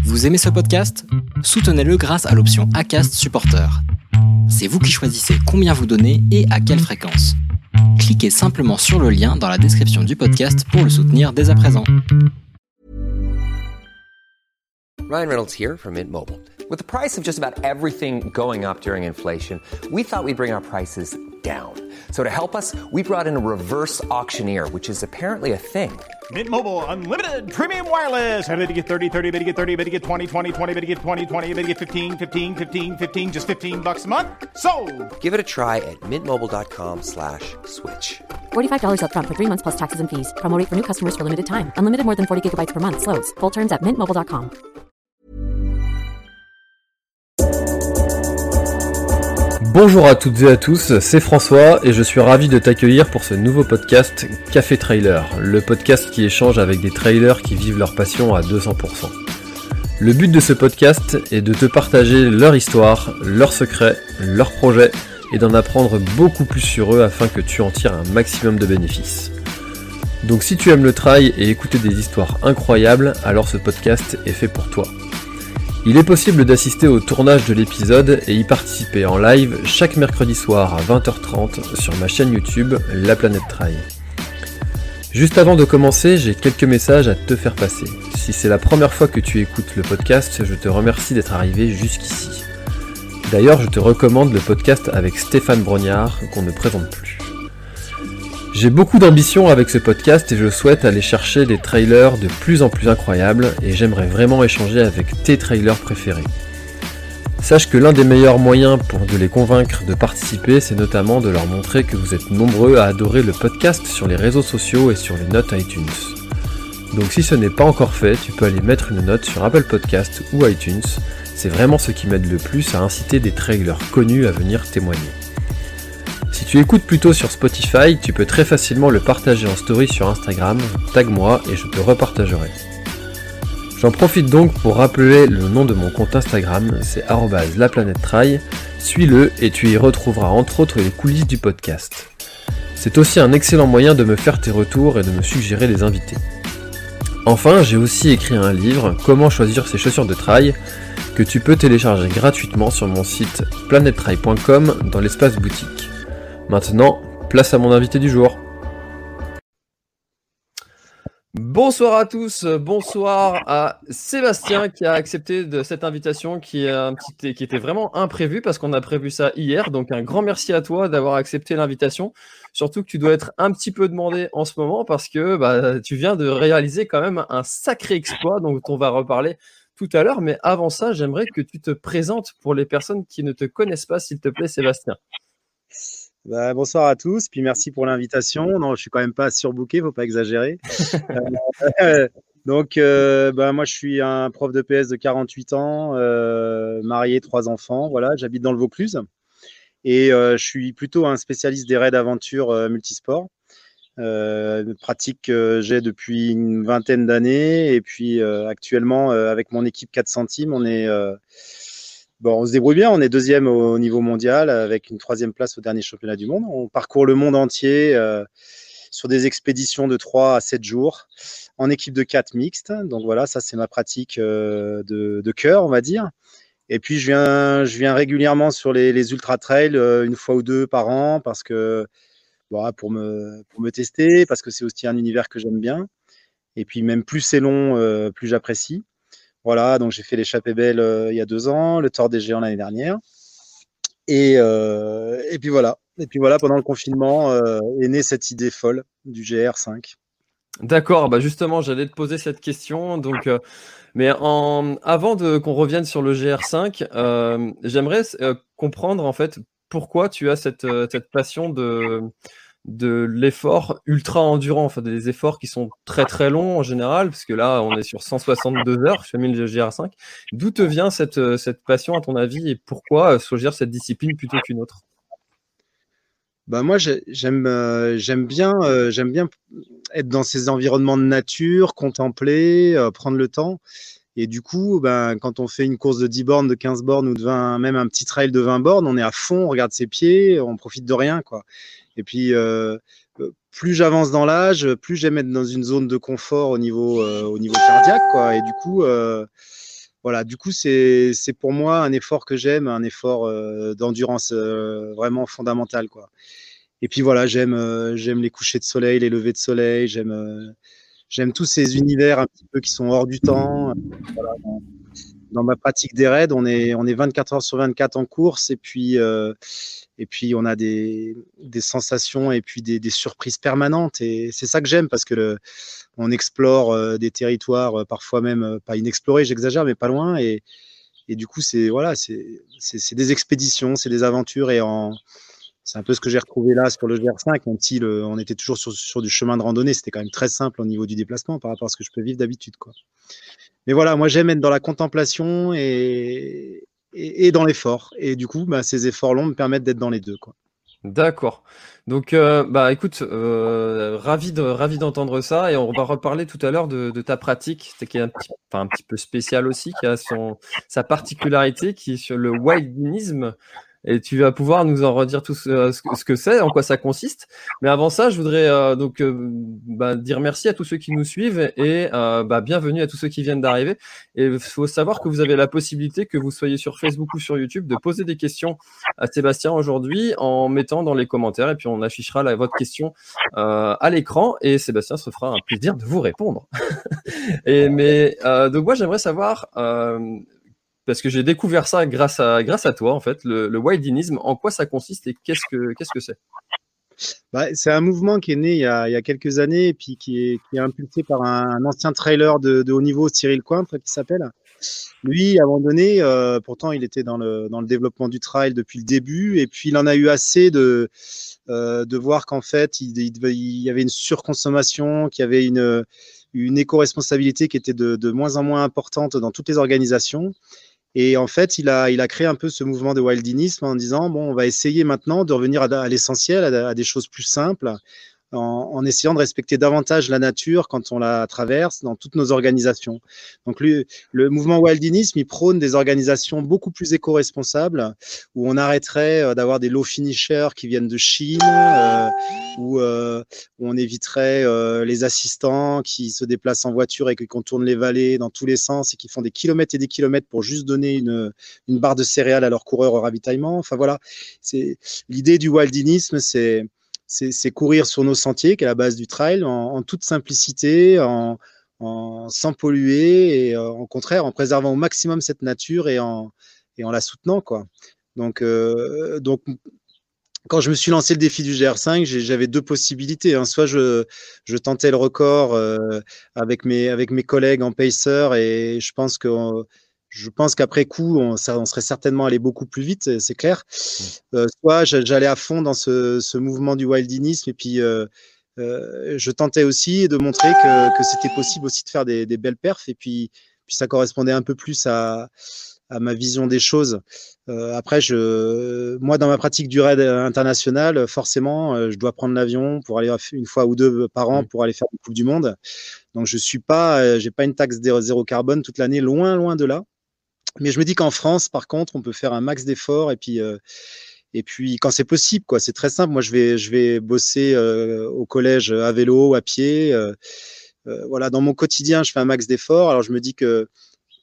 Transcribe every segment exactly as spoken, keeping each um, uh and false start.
Vous aimez ce podcast ? Soutenez-le grâce à l'option Acast Supporter. C'est vous qui choisissez combien vous donnez et à quelle fréquence. Cliquez simplement sur le lien dans la description du podcast pour le soutenir dès à présent. Ryan Reynolds here from Mint Mobile. With the price of just about everything going up during inflation, we thought we'd bring our prices down. So to help us, we brought in a reverse auctioneer, which is apparently a thing. Mint Mobile Unlimited Premium Wireless. How to get thirty, thirty, how to get thirty, how to get twenty, twenty, twenty, how to get twenty, twenty, how to get fifteen, fifteen, fifteen, fifteen, just fifteen bucks a month? Sold! Give it a try at mintmobile.com slash switch. forty-five dollars up front for three months plus taxes and fees. Promo rate for new customers for limited time. Unlimited more than forty gigabytes per month. Slows full terms at mint mobile dot com. Bonjour à toutes et à tous, c'est François et je suis ravi de t'accueillir pour ce nouveau podcast Café Trailer, le podcast qui échange avec des trailers qui vivent leur passion à deux cents pour cent. Le but de ce podcast est de te partager leur histoire, leurs secrets, leurs projets et d'en apprendre beaucoup plus sur eux afin que tu en tires un maximum de bénéfices. Donc si tu aimes le trail et écouter des histoires incroyables, alors ce podcast est fait pour toi. Il est possible d'assister au tournage de l'épisode et y participer en live chaque mercredi soir à vingt heures trente sur ma chaîne YouTube La Planète Trail. Juste avant de commencer, j'ai quelques messages à te faire passer. Si c'est la première fois que tu écoutes le podcast, je te remercie d'être arrivé jusqu'ici. D'ailleurs, je te recommande le podcast avec Stéphane Brognard qu'on ne présente plus. J'ai beaucoup d'ambition avec ce podcast et je souhaite aller chercher des trailers de plus en plus incroyables et j'aimerais vraiment échanger avec tes trailers préférés. Sache que l'un des meilleurs moyens pour de les convaincre de participer, c'est notamment de leur montrer que vous êtes nombreux à adorer le podcast sur les réseaux sociaux et sur les notes iTunes. Donc si ce n'est pas encore fait, tu peux aller mettre une note sur Apple Podcast ou iTunes, c'est vraiment ce qui m'aide le plus à inciter des trailers connus à venir témoigner. Si tu écoutes plutôt sur Spotify, tu peux très facilement le partager en story sur Instagram, tag-moi et je te repartagerai. J'en profite donc pour rappeler le nom de mon compte Instagram, c'est arobase laplanètetrail, suis-le et tu y retrouveras entre autres les coulisses du podcast. C'est aussi un excellent moyen de me faire tes retours et de me suggérer des invités. Enfin, j'ai aussi écrit un livre, Comment choisir ses chaussures de trail, que tu peux télécharger gratuitement sur mon site planètetrail point com dans l'espace boutique. Maintenant, place à mon invité du jour. Bonsoir à tous, bonsoir à Sébastien qui a accepté de cette invitation qui, est un petit, qui était vraiment imprévue parce qu'on a prévu ça hier. Donc un grand merci à toi d'avoir accepté l'invitation. Surtout que tu dois être un petit peu demandé en ce moment parce que bah, tu viens de réaliser quand même un sacré exploit dont on va reparler tout à l'heure. Mais avant ça, j'aimerais que tu te présentes pour les personnes qui ne te connaissent pas, s'il te plaît, Sébastien. Bah, bonsoir à tous, puis merci pour l'invitation. Non, je suis quand même pas surbooké, faut pas exagérer. euh, donc, euh, bah, moi, je suis un prof de P S de quarante-huit ans, euh, marié, trois enfants. Voilà, j'habite dans le Vaucluse et euh, je suis plutôt un spécialiste des raids aventure euh, multisports. Euh, une pratique que j'ai depuis une vingtaine d'années et puis euh, actuellement, euh, avec mon équipe quatre centimes, on est euh, Bon, on se débrouille bien, on est deuxième au niveau mondial avec une troisième place au dernier championnat du monde. On parcourt le monde entier euh, sur des expéditions de trois à sept jours en équipe de quatre mixte. Donc voilà, ça c'est ma pratique euh, de, de cœur, on va dire. Et puis je viens, je viens régulièrement sur les, les ultra trails euh, une fois ou deux par an parce que bon, pour me, pour me tester, parce que c'est aussi un univers que j'aime bien. Et puis même plus c'est long, euh, plus j'apprécie. Voilà, donc j'ai fait l'échappée belle euh, il y a deux ans, le Tour des Géants l'année dernière. Et, euh, et puis voilà. Et puis voilà, pendant le confinement euh, est née cette idée folle du G R cinq. D'accord, bah justement, j'allais te poser cette question. Donc, euh, mais en, avant de qu'on revienne sur le G R cinq, euh, j'aimerais euh, comprendre en fait pourquoi tu as cette, euh, cette passion de de l'effort ultra endurant, enfin des efforts qui sont très très longs en général, parce que là on est sur cent soixante-deux heures, je fais le G R cinq. D'où te vient cette, cette passion à ton avis et pourquoi choisir cette discipline plutôt qu'une autre? Bah moi j'aime euh, j'aime bien euh, j'aime bien être dans ces environnements de nature, contempler, euh, prendre le temps. Et du coup, ben, quand on fait une course de dix bornes, de quinze bornes ou de vingt, même un petit trail de vingt bornes, on est à fond, on regarde ses pieds, on profite de rien, quoi. Et puis, euh, plus j'avance dans l'âge, plus j'aime être dans une zone de confort au niveau, euh, au niveau cardiaque, quoi. Et du coup, euh, voilà, du coup, c'est, c'est pour moi un effort que j'aime, un effort euh, d'endurance euh, vraiment fondamental, quoi. Et puis voilà, j'aime, euh, j'aime les couchers de soleil, les levées de soleil, j'aime, euh, j'aime tous ces univers un petit peu qui sont hors du temps. Voilà, dans, dans ma pratique des raids, on est, on est vingt-quatre heures sur vingt-quatre en course, et puis, euh, et puis on a des, des sensations et puis des, des surprises permanentes. Et c'est ça que j'aime, parce que le, on explore euh, des territoires, euh, parfois même euh, pas inexplorés, j'exagère, mais pas loin. Et, et du coup, c'est voilà, c'est, c'est, c'est des expéditions, c'est des aventures. Et en, c'est un peu ce que j'ai retrouvé là sur le G R cinq, même si le, on était toujours sur, sur du chemin de randonnée, c'était quand même très simple au niveau du déplacement par rapport à ce que je peux vivre d'habitude, quoi. Mais voilà, moi j'aime être dans la contemplation et, et, et dans l'effort. Et du coup, bah, ces efforts longs me permettent d'être dans les deux, quoi. D'accord. Donc, euh, bah, écoute, euh, ravi de, ravi d'entendre ça, et on va reparler tout à l'heure de, de ta pratique, qui est un petit, enfin, un petit peu spéciale aussi, qui a son, sa particularité, qui est sur le wildinisme. Et tu vas pouvoir nous en redire tout ce, ce que c'est, en quoi ça consiste. Mais avant ça, je voudrais euh, donc euh, bah, dire merci à tous ceux qui nous suivent, et euh, bah, bienvenue à tous ceux qui viennent d'arriver. Et il faut savoir que vous avez la possibilité, que vous soyez sur Facebook ou sur YouTube, de poser des questions à Sébastien aujourd'hui en mettant dans les commentaires, et puis on affichera la, votre question euh, à l'écran, et Sébastien se fera un plaisir de vous répondre. et, mais euh, donc moi, j'aimerais savoir... Euh, parce que j'ai découvert ça grâce à, grâce à toi, en fait, le, le wildinisme, en quoi ça consiste et qu'est-ce que, qu'est-ce que c'est? Bah, c'est un mouvement qui est né il y a, il y a quelques années, et puis qui est, qui est impulsé par un, un ancien trailer de, de haut niveau, Cyril Cointre, qui s'appelle. Lui, à un moment donné, euh, pourtant, il était dans le, dans le développement du trail depuis le début, et puis il en a eu assez de, euh, de voir qu'en fait, il, il, il y avait une surconsommation, qu'il y avait une, une éco-responsabilité qui était de, de moins en moins importante dans toutes les organisations. Et en fait, il a, il a créé un peu ce mouvement de wildinisme en disant, bon, on va essayer maintenant de revenir à, à l'essentiel, à, à des choses plus simples, en, en essayant de respecter davantage la nature quand on la traverse dans toutes nos organisations. Donc, lui, le mouvement wildinisme, il prône des organisations beaucoup plus éco-responsables, où on arrêterait euh, d'avoir des low finishers qui viennent de Chine, euh, où, euh, où on éviterait euh, les assistants qui se déplacent en voiture et qui contournent les vallées dans tous les sens et qui font des kilomètres et des kilomètres pour juste donner une, une barre de céréales à leurs coureurs au ravitaillement. Enfin voilà, c'est l'idée du wildinisme, c'est C'est, c'est courir sur nos sentiers, qui est la base du trail, en, en toute simplicité, en, en, sans polluer, et euh, au contraire, en préservant au maximum cette nature et en, et en la soutenant, quoi. Donc, euh, donc, quand je me suis lancé le défi du G R cinq, j'ai, j'avais deux possibilités, hein. Soit je, je tentais le record euh, avec, mes, avec mes collègues en pacer, et je pense que Je pense qu'après coup, on, ça, on serait certainement allé beaucoup plus vite, c'est clair. Euh, soit j'allais à fond dans ce, ce mouvement du wildinisme, et puis euh, euh, je tentais aussi de montrer que, que c'était possible aussi de faire des, des belles perfs, et puis, puis ça correspondait un peu plus à, à ma vision des choses. Euh, après, je, moi, dans ma pratique du raid international, forcément, euh, je dois prendre l'avion pour aller une fois ou deux par an pour aller faire une Coupe du Monde. Donc, je suis pas, euh, j'ai pas une taxe zéro carbone toute l'année, loin, loin de là. Mais je me dis qu'en France, par contre, on peut faire un max d'efforts, et puis, euh, et puis quand c'est possible, quoi. C'est très simple. Moi, je vais, je vais bosser euh, au collège à vélo, à pied. Euh, euh, voilà, dans mon quotidien, je fais un max d'efforts. Alors, je me dis que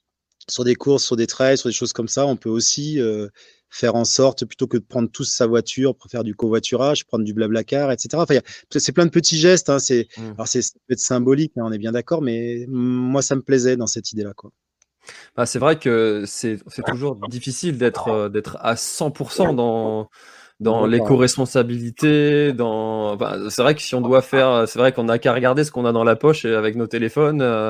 sur des courses, sur des trails, sur des choses comme ça, on peut aussi euh, faire en sorte, plutôt que de prendre tous sa voiture pour faire du covoiturage, prendre du blablacar, et cetera. Enfin, y a, c'est plein de petits gestes, hein. C'est, mmh. Alors, c'est, ça peut être symbolique, hein, on est bien d'accord, mais moi, ça me plaisait dans cette idée-là, quoi. Bah, c'est vrai que c'est, c'est toujours difficile d'être, d'être à cent pour cent dans, dans l'éco-responsabilité. Dans... Enfin, c'est vrai que si on doit faire, c'est vrai qu'on n'a qu'à regarder ce qu'on a dans la poche avec nos téléphones. Euh...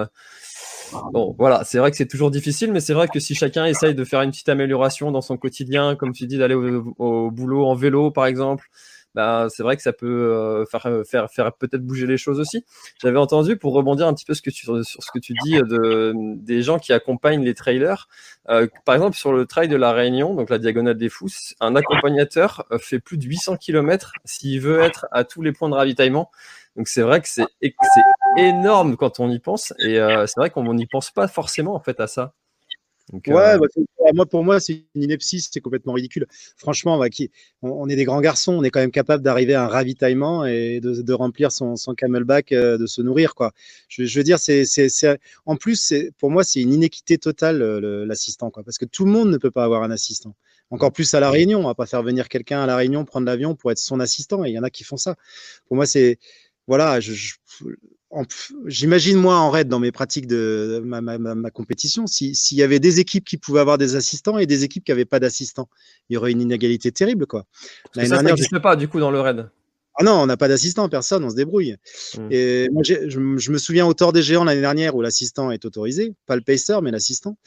Bon, voilà, c'est vrai que c'est toujours difficile, mais c'est vrai que si chacun essaye de faire une petite amélioration dans son quotidien, comme tu dis, d'aller au, au boulot en vélo, par exemple, bah, c'est vrai que ça peut euh, faire, faire, faire peut-être bouger les choses aussi. J'avais entendu, pour rebondir un petit peu ce que tu, sur ce que tu dis de, des gens qui accompagnent les trailers, euh, par exemple sur le trail de la Réunion, donc la Diagonale des Fous, un accompagnateur fait plus de huit cents kilomètres s'il veut être à tous les points de ravitaillement. Donc c'est vrai que c'est, c'est énorme quand on y pense, et euh, c'est vrai qu'on n'y pense pas forcément en fait à ça. Donc, Ouais, euh, bah, c'est- moi, pour moi, c'est une ineptie, c'est complètement ridicule. Franchement, bah, qui, on, on est des grands garçons, on est quand même capable d'arriver à un ravitaillement et de, de remplir son, son camelback, euh, de se nourrir, quoi. Je, je veux dire, c'est, c'est, c'est- en plus, c'est, pour moi, c'est une inéquité totale, le- le- l'assistant, quoi, parce que tout le monde ne peut pas avoir un assistant. Encore plus à La Réunion, on va pas faire venir quelqu'un à La Réunion prendre l'avion pour être son assistant, et il y en a qui font ça. Pour moi, c'est, voilà, je, je- en- j'imagine moi en raid dans mes pratiques de ma, ma, ma, ma compétition, si- s'il y avait des équipes qui pouvaient avoir des assistants et des équipes qui n'avaient pas d'assistants, il y aurait une inégalité terrible, quoi. parce que L'année ça, ça dernière, j'ai- n'existe pas du coup dans le raid. ah non, on n'a pas d'assistant, personne, on se débrouille. Hmm. Et moi, j'ai- je, m- je me souviens au Tour des Géants l'année dernière où l'assistant est autorisé, pas le pacer, mais l'assistant.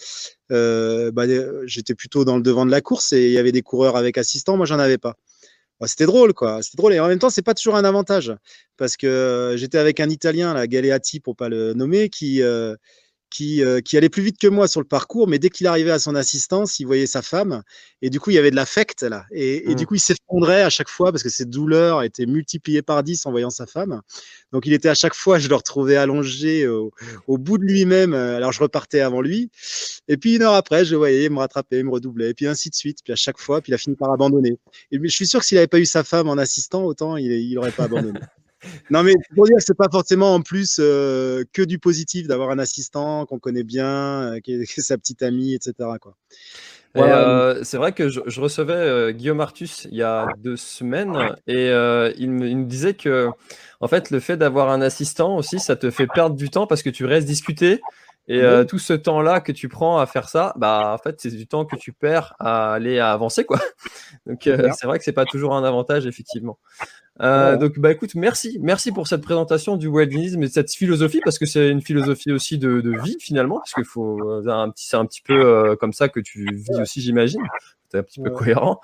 Euh, bah, euh, j'étais plutôt dans le devant de la course et il y avait des coureurs avec assistant, moi j'en avais pas. Bah, c'était drôle, quoi. C'était drôle. Et en même temps, c'est pas toujours un avantage. Parce que euh, j'étais avec un Italien, là, Galeatti, pour pas le nommer, qui, euh, qui, euh, qui allait plus vite que moi sur le parcours, mais dès qu'il arrivait à son assistance, il voyait sa femme. Et du coup, il y avait de l'affect, là. Et, et du Hmm. coup, il s'effondrait à chaque fois parce que ses douleurs étaient multipliées par dix en voyant sa femme. Donc, il était à chaque fois, je le retrouvais allongé au, au bout de lui-même. Alors, je repartais avant lui. Et puis une heure après, je le voyais me rattraper, me redoubler, et puis ainsi de suite. Puis à chaque fois, puis il a fini par abandonner. Et mais je suis sûr que s'il n'avait pas eu sa femme en assistant, autant il n'aurait pas abandonné. Non, mais pour dire que c'est pas forcément en plus euh, que du positif d'avoir un assistant qu'on connaît bien, euh, qui, est, qui est sa petite amie, et cetera, quoi. Et Voilà. Donc, euh, c'est vrai que je, je recevais euh, Guillaume Artus il y a deux semaines et euh, il, me, il me disait que en fait le fait d'avoir un assistant aussi ça te fait perdre du temps parce que tu restes discuter et euh, oui, tout ce temps-là que tu prends à faire ça, bah en fait c'est du temps que tu perds à aller à avancer quoi. Donc c'est euh, clair. c'est vrai que c'est pas toujours un avantage effectivement. Euh, Voilà. donc bah écoute, merci, merci pour cette présentation du wildisme et de cette philosophie parce que c'est une philosophie aussi de, de vie finalement parce qu'il faut euh, un petit, c'est un petit peu euh, comme ça que tu vis aussi j'imagine. C'est un petit peu Ouais. cohérent.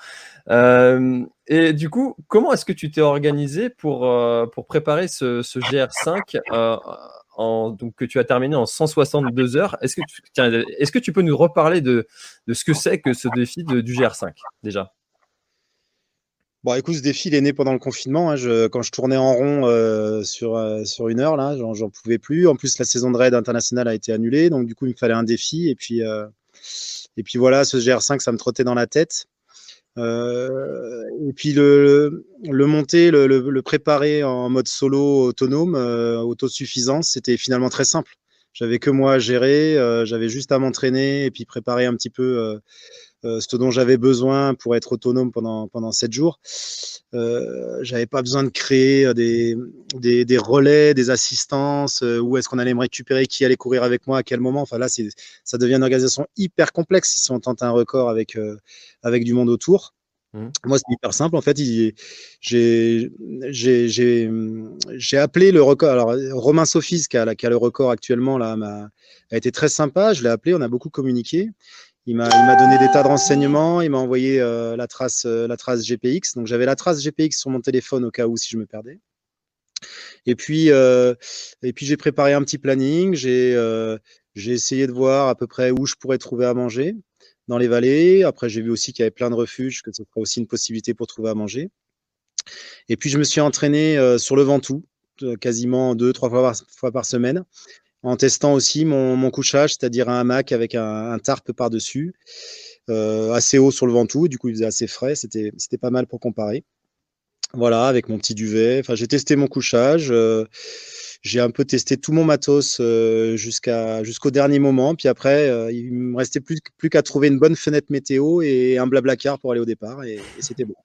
Euh, et du coup, comment est-ce que tu t'es organisé pour euh, pour préparer ce, ce G R cinq euh, en, donc que tu as terminé en cent soixante-deux heures? Est-ce que tu, tiens, est-ce que tu peux nous reparler de de ce que c'est que ce défi de, du G R cinq déjà? Bon, écoute, ce défi, il est né pendant le confinement, hein. Je, quand je tournais en rond euh, sur, euh, sur une heure, là, j'en, j'en pouvais plus. En plus, la saison de raid internationale a été annulée, donc du coup, il me fallait un défi. Et puis, euh, et puis voilà, ce G R cinq, ça me trottait dans la tête. Euh, et puis le, le monter, le, le, le préparer en mode solo autonome, euh, autosuffisance, c'était finalement très simple. J'avais que moi à gérer, euh, j'avais juste à m'entraîner et puis préparer un petit peu euh, euh, ce dont j'avais besoin pour être autonome pendant pendant sept jours. Euh, j'avais pas besoin de créer des, des, des relais, des assistances, euh, où est-ce qu'on allait me récupérer, qui allait courir avec moi, à quel moment. Enfin là, c'est, ça devient une organisation hyper complexe si on tente un record avec, euh, avec du monde autour. Mmh. Moi, c'est hyper simple. En fait, il, j'ai, j'ai, j'ai, j'ai appelé le record. Alors, Romain Sofis, qui a, qui a le record actuellement, là, m'a, a été très sympa. Je l'ai appelé, on a beaucoup communiqué. Il m'a, il m'a donné des tas de renseignements. Il m'a envoyé euh, la trace, euh, la trace G P X. Donc, j'avais la trace G P X sur mon téléphone au cas où si je me perdais. Et puis, euh, et puis j'ai préparé un petit planning. J'ai, euh, j'ai essayé de voir à peu près où je pourrais trouver à manger dans les vallées. Après, j'ai vu aussi qu'il y avait plein de refuges, que ce serait aussi une possibilité pour trouver à manger. Et puis, je me suis entraîné euh, sur le Ventoux, euh, quasiment deux, trois fois par, fois par semaine, en testant aussi mon, mon couchage, c'est-à-dire un hamac avec un, un tarp par-dessus, euh, assez haut sur le Ventoux. Du coup, il faisait assez frais. C'était, c'était pas mal pour comparer. Voilà, avec mon petit duvet. Enfin, j'ai testé mon couchage. Euh, j'ai un peu testé tout mon matos euh, jusqu'à, jusqu'au dernier moment. Puis après, euh, il me restait plus, plus qu'à trouver une bonne fenêtre météo et un blablacar pour aller au départ. Et, et c'était bon.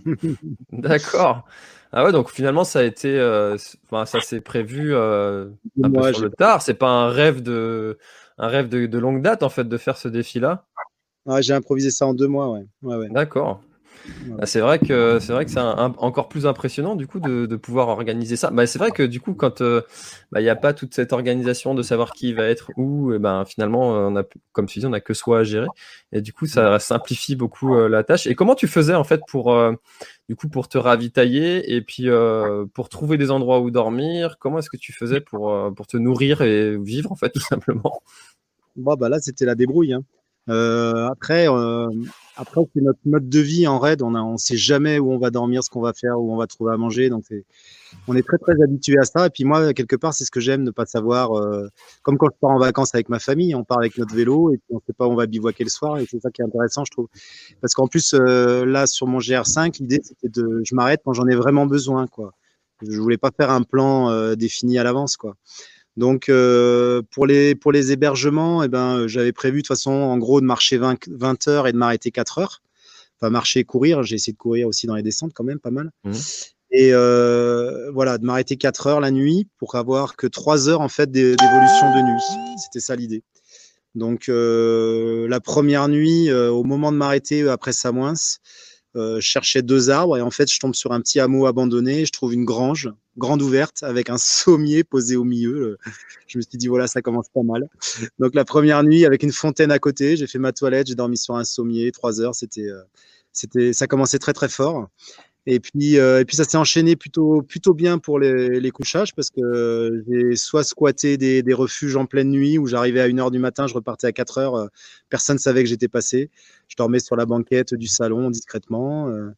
D'accord. Ah ouais, donc finalement, ça a été, euh, c- enfin, ça s'est prévu euh, un peu Moi, sur j'ai le tard. C'est pas un rêve de, un rêve de, de longue date en fait de faire ce défi-là. ouais, j'ai improvisé ça en deux mois. Ouais. Ouais, ouais. D'accord. Ouais. Ah, c'est vrai que c'est vrai que c'est un- un- encore plus impressionnant du coup de, de pouvoir organiser ça. Bah, c'est vrai que du coup quand euh, bah, il n'y a pas toute cette organisation de savoir qui va être où, et ben finalement euh, on a, comme tu dis, on a que soi à gérer et du coup ça simplifie beaucoup euh, la tâche. Et comment tu faisais en fait pour euh, du coup pour te ravitailler et puis euh, pour trouver des endroits où dormir? Comment est-ce que tu faisais pour euh, pour te nourrir et vivre en fait tout simplement? Bon, bah là, c'était la débrouille, hein. Euh, après, euh, après c'est notre mode de vie en raid. On a, on sait jamais où on va dormir, ce qu'on va faire, où on va trouver à manger. Donc, c'est, on est très, très habitué à ça. Et puis moi, quelque part, c'est ce que j'aime, ne pas savoir. Euh, comme quand je pars en vacances avec ma famille, on part avec notre vélo et puis on sait pas où on va bivouaquer le soir. Et c'est ça qui est intéressant, je trouve. Parce qu'en plus, euh, là, sur mon G R cinq, l'idée, c'était de, je m'arrête quand j'en ai vraiment besoin, quoi. Je voulais pas faire un plan euh, défini à l'avance, quoi. Donc, euh, pour les pour les hébergements, eh ben, j'avais prévu de toute façon, en gros, de marcher vingt, vingt heures et de m'arrêter quatre heures. Enfin, marcher et courir. J'ai essayé de courir aussi dans les descentes, quand même, pas mal. Mmh. Et euh, voilà, de m'arrêter quatre heures la nuit pour avoir que trois heures en fait d'é- d'évolution de nuit. C'était ça l'idée. Donc, euh, la première nuit, euh, au moment de m'arrêter euh, après Samoins, euh, je cherchais deux arbres et en fait, je tombe sur un petit hameau abandonné. Je trouve une grange, grande ouverte, avec un sommier posé au milieu. Je me suis dit, voilà, ça commence pas mal. Donc, la première nuit, avec une fontaine à côté, j'ai fait ma toilette, j'ai dormi sur un sommier, trois heures. C'était, euh, c'était, ça commençait très, très fort. Et puis, euh, et puis ça s'est enchaîné plutôt, plutôt bien pour les, les couchages parce que j'ai soit squatté des, des refuges en pleine nuit où j'arrivais à une heure du matin, je repartais à quatre heures, euh, personne ne savait que j'étais passé. Je dormais sur la banquette du salon discrètement. Euh,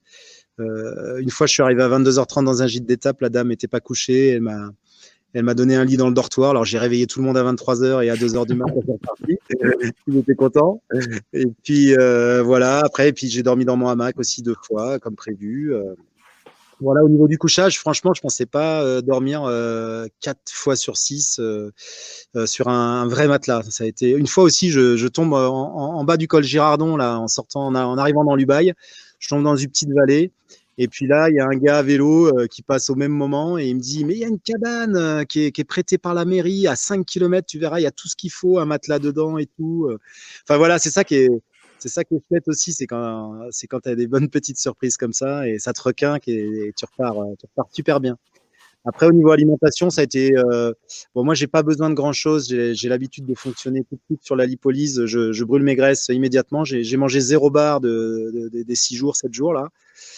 euh, une fois, je suis arrivé à vingt-deux heures trente dans un gîte d'étape, la dame n'était pas couchée, elle m'a, elle m'a donné un lit dans le dortoir. Alors j'ai réveillé tout le monde à vingt-trois heures et à deux heures du matin, c'est reparti. Ils étaient contents. Et puis euh, voilà, après, et puis j'ai dormi dans mon hamac aussi deux fois, comme prévu. Euh, voilà, au niveau du couchage, franchement, je pensais pas euh, dormir euh, quatre fois sur six euh, euh, sur un, un vrai matelas. Ça a été une fois aussi, je, je tombe en, en, en bas du col Girardon là, en sortant, en, en arrivant dans l'Ubaye, je tombe dans une petite vallée. Et puis là, il y a un gars à vélo euh, qui passe au même moment et il me dit, mais il y a une cabane euh, qui, est, qui est prêtée par la mairie à cinq kilomètres, tu verras, il y a tout ce qu'il faut, un matelas dedans et tout. Enfin voilà, c'est ça qui est, c'est ça qui est chouette aussi, c'est quand, c'est quand tu as des bonnes petites surprises comme ça et ça te requinque et, et tu repars, tu repars super bien. Après, au niveau alimentation, ça a été. Euh, bon, moi, j'ai pas besoin de grand chose. J'ai, j'ai l'habitude de fonctionner tout de suite sur la lipolyse. Je, je brûle mes graisses immédiatement. J'ai, j'ai mangé zéro bar de, de, de, des six jours, sept jours là.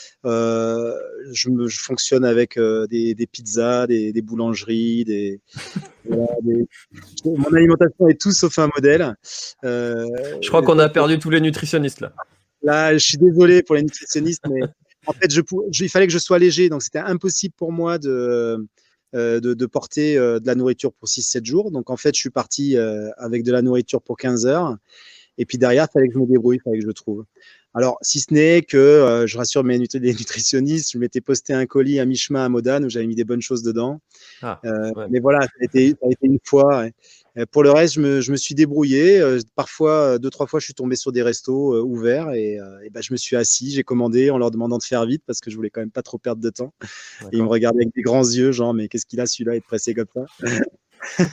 Euh, je, me, je fonctionne avec euh, des, des pizzas, des, des boulangeries, des, voilà, des... Mon alimentation est tout sauf un modèle. Euh, je crois qu'on a perdu tous les nutritionnistes là. Là, je suis désolé pour les nutritionnistes, mais en fait, je, je, il fallait que je sois léger, donc c'était impossible pour moi de, euh, de, de porter euh, de la nourriture pour six sept jours. Donc en fait, je suis parti euh, avec de la nourriture pour quinze heures. Et puis derrière, il fallait que je me débrouille, il fallait que je le trouve. Alors, si ce n'est que, euh, je rassure mes nutri- les nutritionnistes, je m'étais posté un colis à mi-chemin à Modane où j'avais mis des bonnes choses dedans. Ah, euh, ouais. Mais voilà, ça a été, ça a été une fois. Ouais. Pour le reste, je me, je me suis débrouillé. Euh, parfois, deux, trois fois, je suis tombé sur des restos euh, ouverts et, euh, et ben, je me suis assis, j'ai commandé en leur demandant de faire vite parce que je voulais quand même pas trop perdre de temps. D'accord. Et ils me regardaient avec des grands yeux, genre, mais qu'est-ce qu'il a celui-là, être pressé comme ça.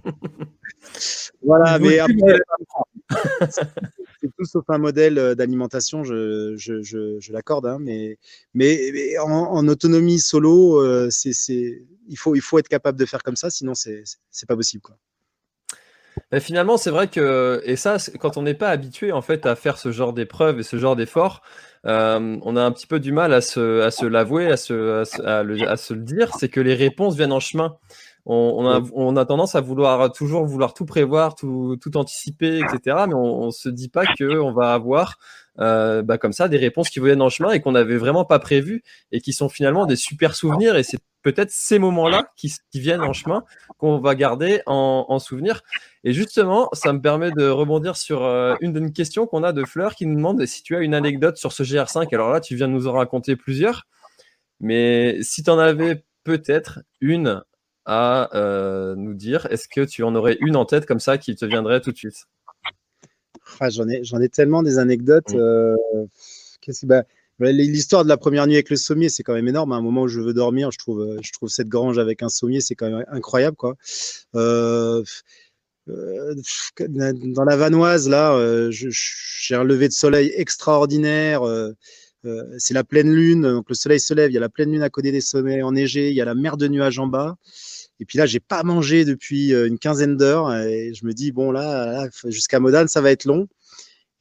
Voilà, mais après, c'est tout sauf un modèle d'alimentation, je, je, je, je l'accorde, hein, mais, mais, mais en, en autonomie solo, euh, c'est, c'est, il, faut, il faut être capable de faire comme ça, sinon c'est, c'est pas possible, quoi. Et finalement, c'est vrai que, et ça, quand on n'est pas habitué en fait à faire ce genre d'épreuves et ce genre d'efforts, euh, on a un petit peu du mal à se, à se l'avouer, à se, à, se, à, le, à se le dire, c'est que les réponses viennent en chemin. On, on, a, on a tendance à vouloir toujours vouloir tout prévoir, tout, tout anticiper, et cetera. Mais on, on se dit pas que on va avoir euh, bah, comme ça des réponses qui viennent en chemin et qu'on n'avait vraiment pas prévues et qui sont finalement des super souvenirs. Et c'est peut-être ces moments-là qui, qui viennent en chemin qu'on va garder en, en souvenir. Et justement, ça me permet de rebondir sur euh, une, une question qu'on a de Fleur qui nous demande si tu as une anecdote sur ce G R cinq. Alors là, tu viens de nous en raconter plusieurs, mais si tu en avais peut-être une à euh, nous dire, est-ce que tu en aurais une en tête comme ça qui te viendrait tout de suite? Ah, j'en ai, j'en ai tellement des anecdotes. Mmh. Euh, qu'est-ce que, bah, l'histoire de la première nuit avec le sommier, c'est quand même énorme. À un moment où je veux dormir, je trouve, je trouve cette grange avec un sommier, c'est quand même incroyable, quoi. Euh, euh, dans la Vanoise, là, euh, je, j'ai un lever de soleil extraordinaire. Euh, euh, c'est la pleine lune, donc le soleil se lève. Il y a la pleine lune à côté des sommets enneigés. Il y a la mer de nuages en bas. Et puis là, j'ai pas mangé depuis une quinzaine d'heures et je me dis bon là, là jusqu'à Modane, ça va être long.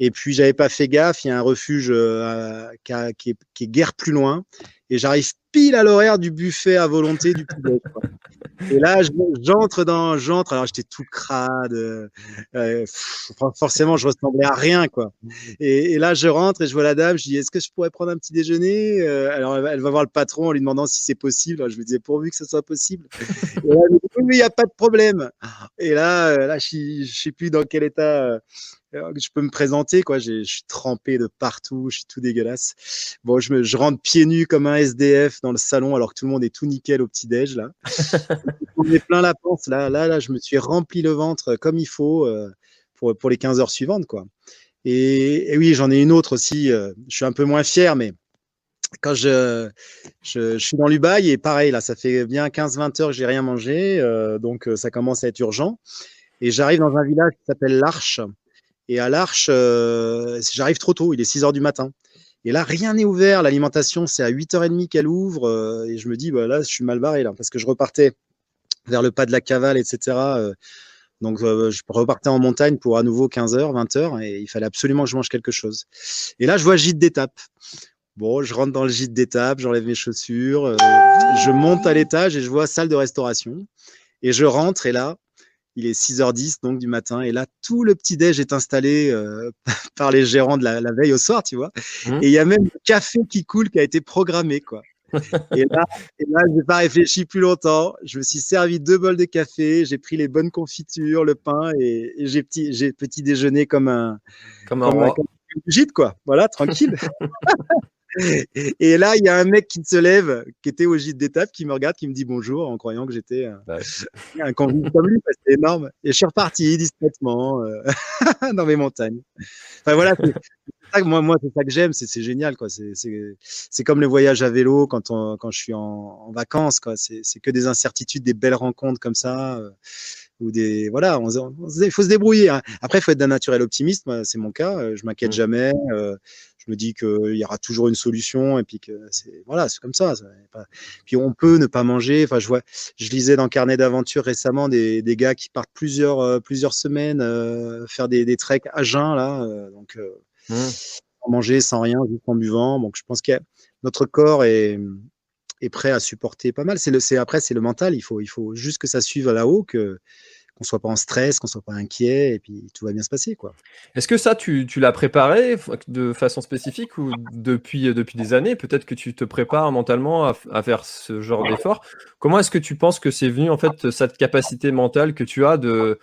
Et puis, j'avais pas fait gaffe. Il y a un refuge euh, qui, a, qui, est, qui est guère plus loin. Et j'arrive pile à l'horaire du buffet à volonté du petit-déj. Et là, je, j'entre dans, j'entre. Alors, j'étais tout crade. Euh, pff, forcément, je ressemblais à rien, quoi. Et, et là, je rentre et je vois la dame. Je dis, est-ce que je pourrais prendre un petit déjeuner? euh, Alors, elle va voir le patron en lui demandant si c'est possible. Alors, je lui disais, pourvu que ce soit possible. Et là, elle me dit, oui, mais il n'y a pas de problème. Et là, là, je ne sais plus dans quel état euh, je peux me présenter, quoi. J'ai, je suis trempé de partout. Je suis tout dégueulasse. Bon, je, me, je rentre pieds nus comme un S D F dans le salon alors que tout le monde est tout nickel au petit-déj, là. On est plein la panse, là, là, là, je me suis rempli le ventre comme il faut euh, pour, pour les quinze heures suivantes, quoi. Et, et oui, j'en ai une autre aussi. Euh, je suis un peu moins fier, mais quand je, je, je suis dans l'Ubaï et pareil, là, ça fait bien quinze vingt heures que j'ai rien mangé, euh, donc ça commence à être urgent. Et j'arrive dans un village qui s'appelle l'Arche. Et à l'Arche, euh, j'arrive trop tôt, il est six heures du matin. Et là, rien n'est ouvert. L'alimentation, c'est à huit heures trente qu'elle ouvre. Euh, et je me dis, bah, là, je suis mal barré, là, parce que je repartais vers le pas de la Cavale, et cetera. Euh, donc, euh, je repartais en montagne pour à nouveau quinze heures, vingt heures. Et il fallait absolument que je mange quelque chose. Et là, je vois gîte d'étape. Bon, je rentre dans le gîte d'étape, j'enlève mes chaussures. Euh, je monte à l'étage et je vois salle de restauration. Et je rentre et là, il est six heures dix donc du matin et là tout le petit déj est installé euh, par les gérants de la, la veille au soir, tu vois. Mmh. Et il y a même le café qui coule qui a été programmé, quoi. Et là, et là, j'ai pas réfléchi plus longtemps. Je me suis servi deux bols de café, j'ai pris les bonnes confitures, le pain et, et j'ai petit, j'ai petit déjeuner comme un comme un comme roi. Un, comme un gîte, quoi. Voilà, tranquille. Et là, il y a un mec qui se lève, qui était au gîte d'étape, qui me regarde, qui me dit bonjour, en croyant que j'étais un, ouais. un convive comme lui, parce que c'est énorme. Et je suis reparti discrètement euh, dans mes montagnes. Enfin voilà, c'est, c'est ça que moi, moi, c'est ça que j'aime, c'est, c'est génial, quoi. C'est, c'est, c'est comme le voyage à vélo quand, on, quand je suis en, en vacances, quoi. C'est, c'est que des incertitudes, des belles rencontres comme ça. Euh, ou des voilà, on, on, il faut se débrouiller. Hein. Après, il faut être d'un naturel optimiste. Moi, c'est mon cas. Je m'inquiète mmh. jamais. Euh, je me dis qu'il y aura toujours une solution et puis que c'est voilà, c'est comme ça. ça pas... Puis on peut ne pas manger. Enfin, je vois, je lisais dans Carnet d'aventure récemment des, des gars qui partent plusieurs euh, plusieurs semaines euh, faire des, des treks à jeun là, euh, donc euh, mmh. sans manger, sans rien, juste en buvant. Donc, je pense que notre corps est est prêt à supporter pas mal. C'est le, c'est après, c'est le mental. Il faut, il faut juste que ça suive là-haut, que qu'on soit pas en stress, qu'on soit pas inquiet, et puis tout va bien se passer, quoi. Est-ce que ça, tu, tu l'as préparé de façon spécifique ou depuis depuis des années, peut-être que tu te prépares mentalement à, à faire ce genre d'effort. Comment est-ce que tu penses que c'est venu en fait cette capacité mentale que tu as de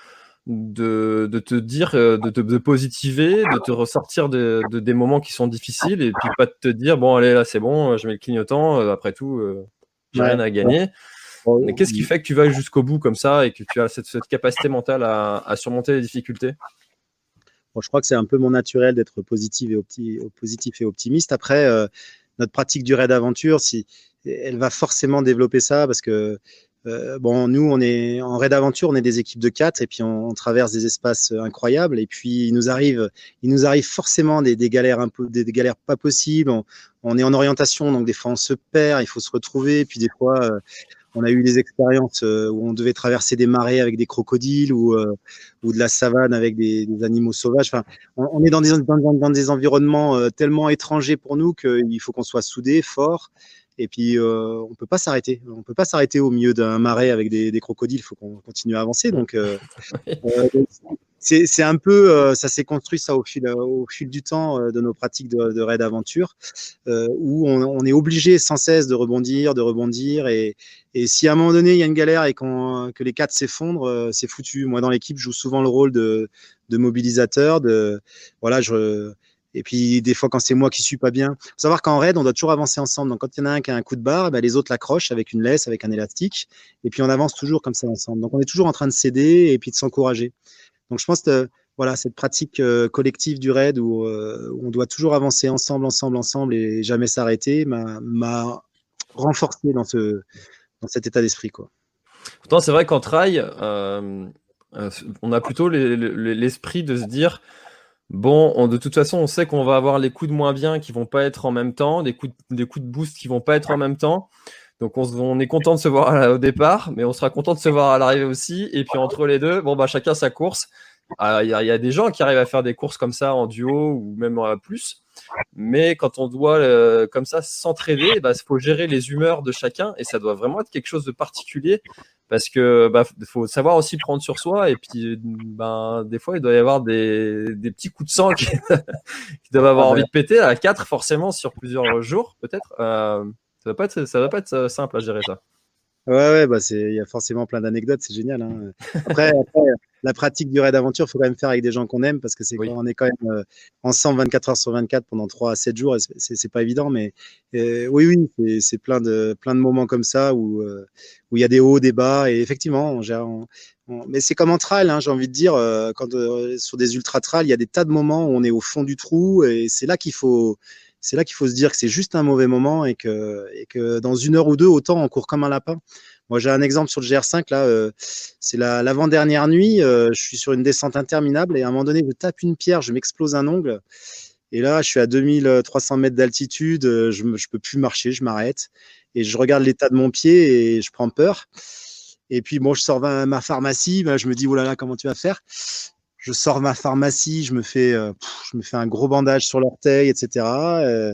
de, de te dire, de, de, de positiver, de te ressortir de, de, des moments qui sont difficiles et puis pas de te dire, bon, allez, là, c'est bon, je mets le clignotant, après tout, euh, j'ai ouais. rien à gagner. Ouais. Mais qu'est-ce qui fait que tu vas jusqu'au bout comme ça et que tu as cette, cette capacité mentale à, à surmonter les difficultés? Bon, je crois que c'est un peu mon naturel d'être positif et, opti- positif et optimiste. Après, euh, notre pratique du raid aventure, si, elle va forcément développer ça parce que Euh, bon, nous, on est en raid aventure, on est des équipes de quatre et puis on, on traverse des espaces incroyables. Et puis il nous arrive, il nous arrive forcément des, des galères un peu, des, des galères pas possibles. On, on est en orientation, donc des fois on se perd, il faut se retrouver. Puis des fois, euh, on a eu des expériences euh, où on devait traverser des marais avec des crocodiles ou euh, ou de la savane avec des, des animaux sauvages. Enfin, on, on est dans des dans, dans des environnements euh, tellement étrangers pour nous qu'il faut qu'on soit soudés, forts. Et puis, euh, on peut pas s'arrêter. On peut pas s'arrêter au milieu d'un marais avec des, des crocodiles. Il faut qu'on continue à avancer. Donc, euh, euh, c'est, c'est un peu, euh, ça s'est construit ça au fil, au fil du temps euh, de nos pratiques de, de raid aventure, euh, où on, on est obligé sans cesse de rebondir, de rebondir. Et, et si à un moment donné il y a une galère et qu'on, que les quatre s'effondrent, euh, c'est foutu. Moi, dans l'équipe, je joue souvent le rôle de, de mobilisateur. De, voilà, je Et puis, des fois, quand c'est moi qui suis pas bien, faut savoir qu'en raid, on doit toujours avancer ensemble. Donc, quand il y en a un qui a un coup de barre, ben, les autres l'accrochent avec une laisse, avec un élastique. Et puis, on avance toujours comme ça ensemble. Donc, on est toujours en train de s'aider et puis de s'encourager. Donc, je pense que, voilà, cette pratique euh, collective du raid où, euh, où on doit toujours avancer ensemble, ensemble, ensemble et jamais s'arrêter m'a, m'a renforcé dans ce, dans cet état d'esprit, quoi. Pourtant, c'est vrai qu'en trail, euh, euh, on a plutôt les, les, l'esprit de se dire, bon, on, de toute façon, on sait qu'on va avoir les coups de moins bien qui vont pas être en même temps, des coups de, des coups de boost qui vont pas être en même temps. Donc, on, on est content de se voir à, au départ, mais on sera content de se voir à l'arrivée aussi. Et puis, entre les deux, bon, bah, chacun sa course. il y, y a des gens qui arrivent à faire des courses comme ça en duo ou même à plus. Mais quand on doit euh, comme ça s'entraider, bah, il faut gérer les humeurs de chacun et ça doit vraiment être quelque chose de particulier parce que bah, faut savoir aussi prendre sur soi et puis ben des fois il doit y avoir des, des petits coups de sang qui, qui doivent avoir ah, envie ouais. de péter à quatre forcément sur plusieurs jours peut-être. Euh, ça va pas être ça va pas être simple à gérer ça. Ouais, ouais, bah c'est, il y a forcément plein d'anecdotes, c'est génial. Hein. Après, après, la pratique du raid aventure, il faut quand même faire avec des gens qu'on aime parce que c'est oui. quand on est quand même euh, ensemble vingt-quatre heures sur vingt-quatre pendant trois à sept jours, et c'est, c'est pas évident, mais euh, oui, oui, c'est, c'est plein de plein de moments comme ça où euh, où il y a des hauts, des bas, et effectivement, on gère. On, on, mais c'est comme en trail, hein, j'ai envie de dire, euh, quand euh, sur des ultra trails, il y a des tas de moments où on est au fond du trou, et c'est là qu'il faut c'est là qu'il faut se dire que c'est juste un mauvais moment et que, et que dans une heure ou deux, autant on court comme un lapin. Moi, j'ai un exemple sur le G R cinq, là, euh, c'est la, l'avant-dernière nuit, euh, je suis sur une descente interminable et à un moment donné, je tape une pierre, je m'explose un ongle. Et là, je suis à deux mille trois cents mètres d'altitude, je ne peux plus marcher, je m'arrête et je regarde l'état de mon pied et je prends peur. Et puis, bon, je sors ma, ma pharmacie, ben, je me dis, oh là là, comment tu vas faire ? Je sors ma pharmacie, je me fais, euh, je me fais un gros bandage sur l'orteil, et cetera. Euh,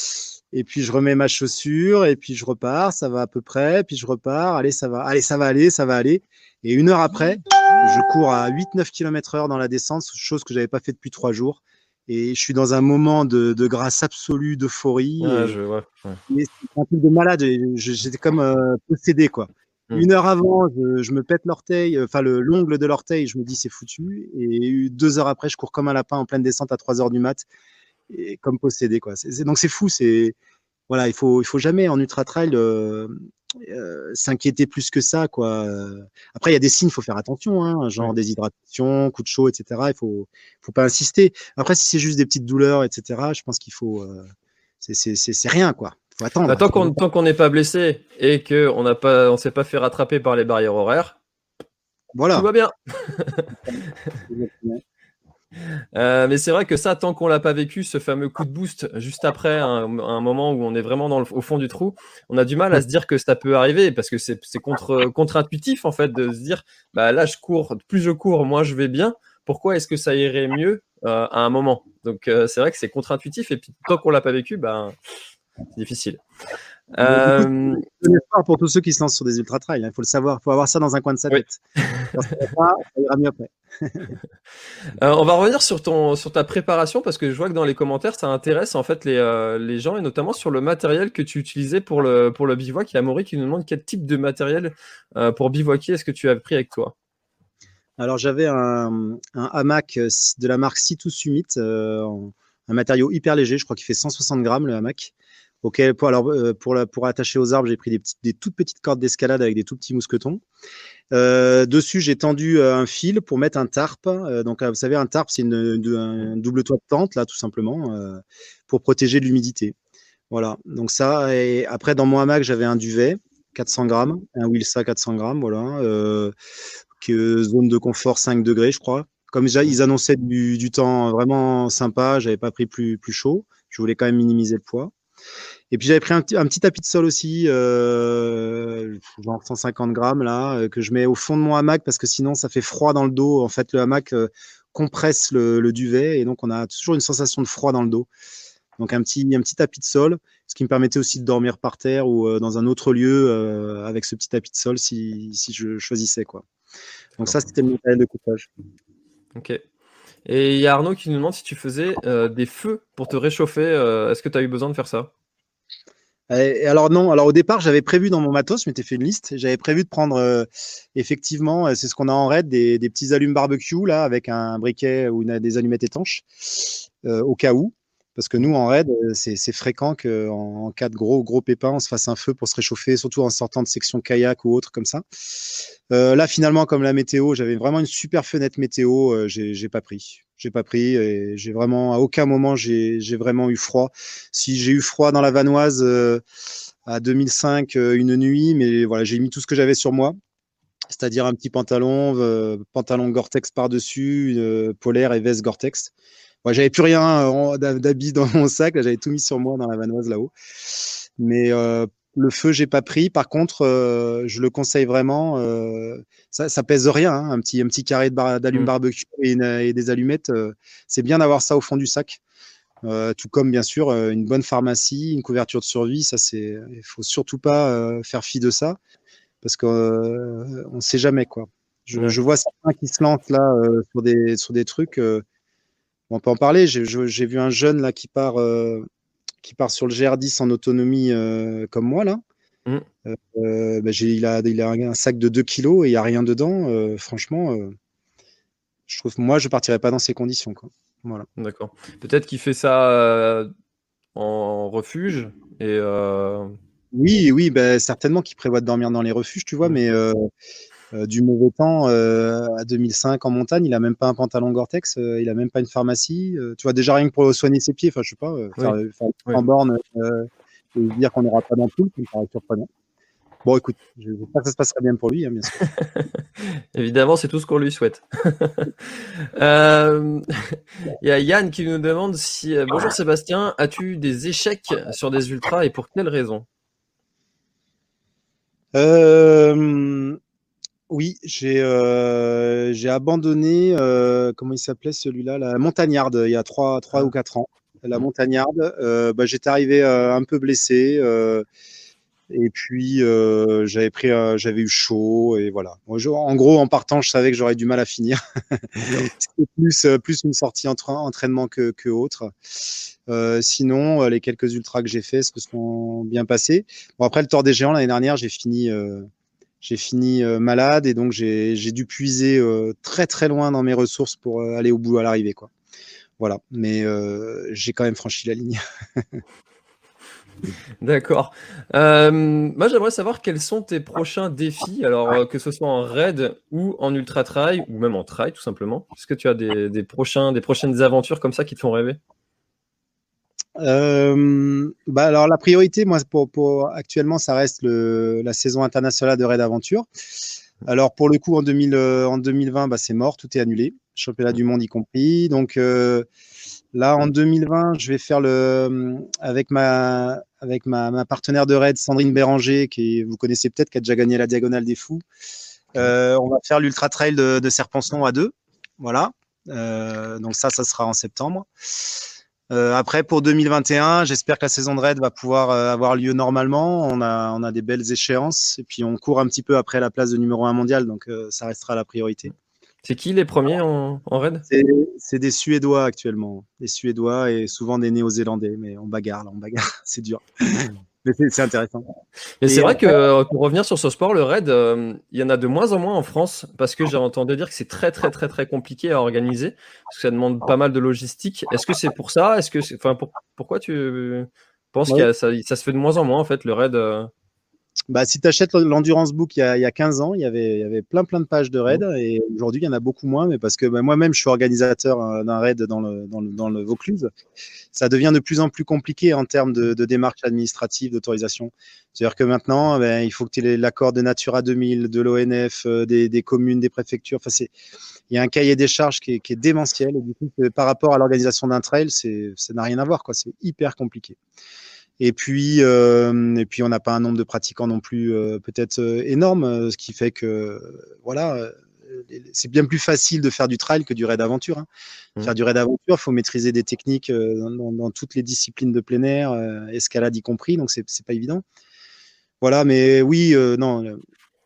et puis je remets ma chaussure, et puis je repars, ça va à peu près, puis je repars, allez, ça va, allez, ça va aller, ça va aller. Et une heure après, je cours à huit neuf kilomètres heure dans la descente, chose que j'avais pas fait depuis trois jours. Et je suis dans un moment de, de grâce absolue, d'euphorie. Ouais, et, je, ouais, ouais. Et c'est un truc de malade. Je, j'étais comme euh, possédé, quoi. Une heure avant, je, je me pète l'orteil, enfin le l'ongle de l'orteil, je me dis c'est foutu. Et deux heures après, je cours comme un lapin en pleine descente à trois heures du mat, et comme possédé, quoi. C'est, c'est, donc c'est fou. C'est voilà, il faut il faut jamais en ultra trail euh, euh, s'inquiéter plus que ça, quoi. Après, il y a des signes, il faut faire attention, hein, genre ouais. déshydratation, coup de chaud, et cetera. Il faut faut pas insister. Après, si c'est juste des petites douleurs, et cetera, je pense qu'il faut euh, c'est c'est c'est c'est rien, quoi. Faut attendre. Bah, tant qu'on tant qu'on n'est pas blessé et que on n'a pas on s'est pas fait rattraper par les barrières horaires, voilà. Tout va bien. euh, mais c'est vrai que ça, tant qu'on l'a pas vécu, ce fameux coup de boost juste après un, un moment où on est vraiment dans le, au fond du trou, on a du mal à se dire que ça peut arriver parce que c'est c'est contre contre-intuitif en fait de se dire bah là je cours, plus je cours, moins je vais bien. Pourquoi est-ce que ça irait mieux euh, à un moment ? Donc euh, c'est vrai que c'est contre-intuitif et puis tant qu'on l'a pas vécu, bah c'est difficile. Euh... Coup, c'est un espoir pour tous ceux qui se lancent sur des ultra trails. Il hein, faut le savoir, il faut avoir ça dans un coin de sa tête. Oui. Ça, ça ira mieux après. euh, on va revenir sur ton sur ta préparation parce que je vois que dans les commentaires ça intéresse en fait les euh, les gens et notamment sur le matériel que tu utilisais pour le pour le bivouac. Il y a Maury qui nous demande quel type de matériel euh, pour bivouaquer est-ce que tu as pris avec toi. Alors j'avais un, un hamac de la marque Situ Summit, euh, un matériau hyper léger, je crois qu'il fait cent soixante grammes le hamac. Okay, pour, alors, pour, la, pour attacher aux arbres, j'ai pris des, petites, des toutes petites cordes d'escalade avec des tout petits mousquetons. Euh, dessus, j'ai tendu un fil pour mettre un tarp. Euh, donc, vous savez, un tarp, c'est une, une, un double toit de tente, là, tout simplement, euh, pour protéger de l'humidité. Voilà. Donc ça, et après, dans mon hamac, j'avais un duvet, quatre cents grammes, un Wilsa quatre cents grammes, voilà. Euh, que, zone de confort cinq degrés, je crois. Comme déjà, ils annonçaient du, du temps vraiment sympa, j'avais pas pris plus, plus chaud. Je voulais quand même minimiser le poids. Et puis j'avais pris un petit, un petit tapis de sol aussi, euh, genre cent cinquante grammes là, euh, que je mets au fond de mon hamac parce que sinon ça fait froid dans le dos. En fait, le hamac euh, compresse le, le duvet et donc on a toujours une sensation de froid dans le dos. Donc un petit, un petit tapis de sol, ce qui me permettait aussi de dormir par terre ou euh, dans un autre lieu euh, avec ce petit tapis de sol si, si je choisissais, quoi. Donc ça, c'était le matériel de coupage. Ok. Et il y a Arnaud qui nous demande si tu faisais euh, des feux pour te réchauffer. Euh, est-ce que tu as eu besoin de faire ça ? Et alors non, alors au départ, j'avais prévu dans mon matos, je m'étais fait une liste, j'avais prévu de prendre euh, effectivement, c'est ce qu'on a en raid, des, des petits allumes barbecue là, avec un briquet ou une, des allumettes étanches, euh, au cas où. Parce que nous, en raid, c'est, c'est fréquent qu'en en cas de gros, gros pépins, on se fasse un feu pour se réchauffer, surtout en sortant de section kayak ou autre comme ça. Euh, là, finalement, comme la météo, j'avais vraiment une super fenêtre météo, euh, j'ai, j'ai pas pris. J'ai pas pris et j'ai vraiment, à aucun moment, j'ai, j'ai vraiment eu froid. Si j'ai eu froid dans la Vanoise euh, à deux mille cinq, euh, une nuit, mais voilà, j'ai mis tout ce que j'avais sur moi. C'est-à-dire un petit pantalon, euh, pantalon Gore-Tex par-dessus, euh, polaire et veste Gore-Tex. Ouais, j'avais plus rien euh, d'habits dans mon sac, là, j'avais tout mis sur moi dans la Vanoise là-haut. Mais euh, le feu, j'ai pas pris. Par contre, euh, je le conseille vraiment. Euh, ça, ça pèse rien, hein, un petit, un petit carré de bar, d'allume Mm. barbecue et, une, et des allumettes. Euh, c'est bien d'avoir ça au fond du sac. Euh, tout comme bien sûr euh, une bonne pharmacie, une couverture de survie. Ça, c'est, il faut surtout pas euh, faire fi de ça parce qu'on euh, on sait jamais quoi. Je, Ouais. je vois certains qui se lancent là euh, sur des, sur des trucs. Euh, on peut en parler. J'ai, j'ai vu un jeune là qui part. Euh, qui part sur le G R dix en autonomie euh, comme moi là, Mm. euh, bah, j'ai, il, a, il a un sac de deux kilos et il n'y a rien dedans. Euh, franchement, euh, je trouve moi, je ne partirais pas dans ces conditions. Quoi. Voilà. D'accord. Peut-être qu'il fait ça euh, en refuge et euh, Oui, oui, bah, certainement qu'il prévoit de dormir dans les refuges, tu vois, Mm. mais euh, euh, du mauvais temps euh, à deux mille cinq en montagne, il n'a même pas un pantalon Gore-Tex, euh, il n'a même pas une pharmacie. Euh, tu vois, déjà rien que pour soigner ses pieds, enfin, je sais pas, euh, faire, Oui. faire Oui. en borne euh, et dire qu'on n'aura pas d'ampoule, ça me paraît surprenant. Bon, écoute, je ne sais pas que ça se passerait bien pour lui, hein, bien sûr. Évidemment, c'est tout ce qu'on lui souhaite. Euh, Il y a Yann qui nous demande si euh, bonjour Sébastien, as-tu des échecs sur des ultras et pour quelles raisons? Euh, oui, j'ai euh, j'ai abandonné, euh, comment il s'appelait celui-là, la montagnarde, il y a trois, trois Ah. ou quatre ans. La Mm. montagnarde, euh, bah, j'étais arrivé euh, un peu blessé. Euh, et puis euh, j'avais pris, euh, j'avais eu chaud et voilà. Moi, je- en gros, en partant, je savais que j'aurais du mal à finir. C'était plus euh, plus une sortie entre entraînement que que autre. Euh, sinon, euh, les quelques ultras que j'ai faits se sont bien passés. Bon, après le Tour des Géants l'année dernière, j'ai fini euh, j'ai fini euh, malade et donc j'ai j'ai dû puiser euh, très très loin dans mes ressources pour euh, aller au bout à l'arrivée quoi. Voilà, mais euh, j'ai quand même franchi la ligne. D'accord. Euh, moi, j'aimerais savoir quels sont tes prochains défis, alors euh, que ce soit en raid ou en ultra trail ou même en trail tout simplement. Est-ce que tu as des, des prochains, des prochaines aventures comme ça qui te font rêver? Euh, bah alors la priorité, moi, pour, pour actuellement, ça reste le, la saison internationale de Raid Aventure. Alors pour le coup, en, deux mille, euh, en deux mille vingt, bah, c'est mort, tout est annulé, championnat du monde y compris. Donc euh, là, en deux mille vingt, je vais faire le avec ma avec ma, ma partenaire de raid, Sandrine Béranger, qui vous connaissez peut-être, qui a déjà gagné la Diagonale des Fous. Euh, on va faire l'ultra trail de, de Serpenson à deux, voilà. Euh, donc ça, ça sera en septembre. Euh, après, pour deux mille vingt et un, j'espère que la saison de raid va pouvoir euh, avoir lieu normalement. On a, on a des belles échéances et puis on court un petit peu après la place de numéro un mondial, donc euh, ça restera la priorité. C'est qui les premiers en, en raid? C'est, c'est des Suédois actuellement, des Suédois et souvent des Néo-Zélandais, mais on bagarre, là, on bagarre, c'est dur. Mais c'est, c'est intéressant. Mais Et c'est vrai après- que pour revenir sur ce sport, le raid, euh, il y en a de moins en moins en France parce que j'ai entendu dire que c'est très très très très compliqué à organiser parce que ça demande pas mal de logistique. Est-ce que c'est pour ça? Est-ce que c'est, enfin, pour- pourquoi tu penses Ouais. qu'il y a, ça, ça se fait de moins en moins en fait le raid? euh, Bah, si tu achètes l'Endurance Book il y, a, il y a quinze ans, il y, avait, il y avait plein plein de pages de raid et aujourd'hui il y en a beaucoup moins, mais parce que bah, moi-même je suis organisateur euh, d'un raid dans le, dans, le, dans le Vaucluse. Ça devient de plus en plus compliqué en termes de, de démarches administratives, d'autorisation. C'est-à-dire que maintenant, ben, il faut que tu aies l'accord de Natura deux mille, de l'O N F, euh, des, des communes, des préfectures. Enfin, c'est, il y a un cahier des charges qui est, qui est démentiel. Et du coup, par rapport à l'organisation d'un trail, c'est, ça n'a rien à voir, quoi. C'est hyper compliqué. Et puis, euh, et puis on n'a pas un nombre de pratiquants non plus euh, peut-être euh, énorme, euh, ce qui fait que euh, voilà, euh, c'est bien plus facile de faire du trail que du raid aventure. Hein. Mmh. Faire du raid aventure, il faut maîtriser des techniques euh, dans, dans toutes les disciplines de plein air, euh, escalade y compris, donc c'est c'est pas évident. Voilà, mais oui, euh, non, euh,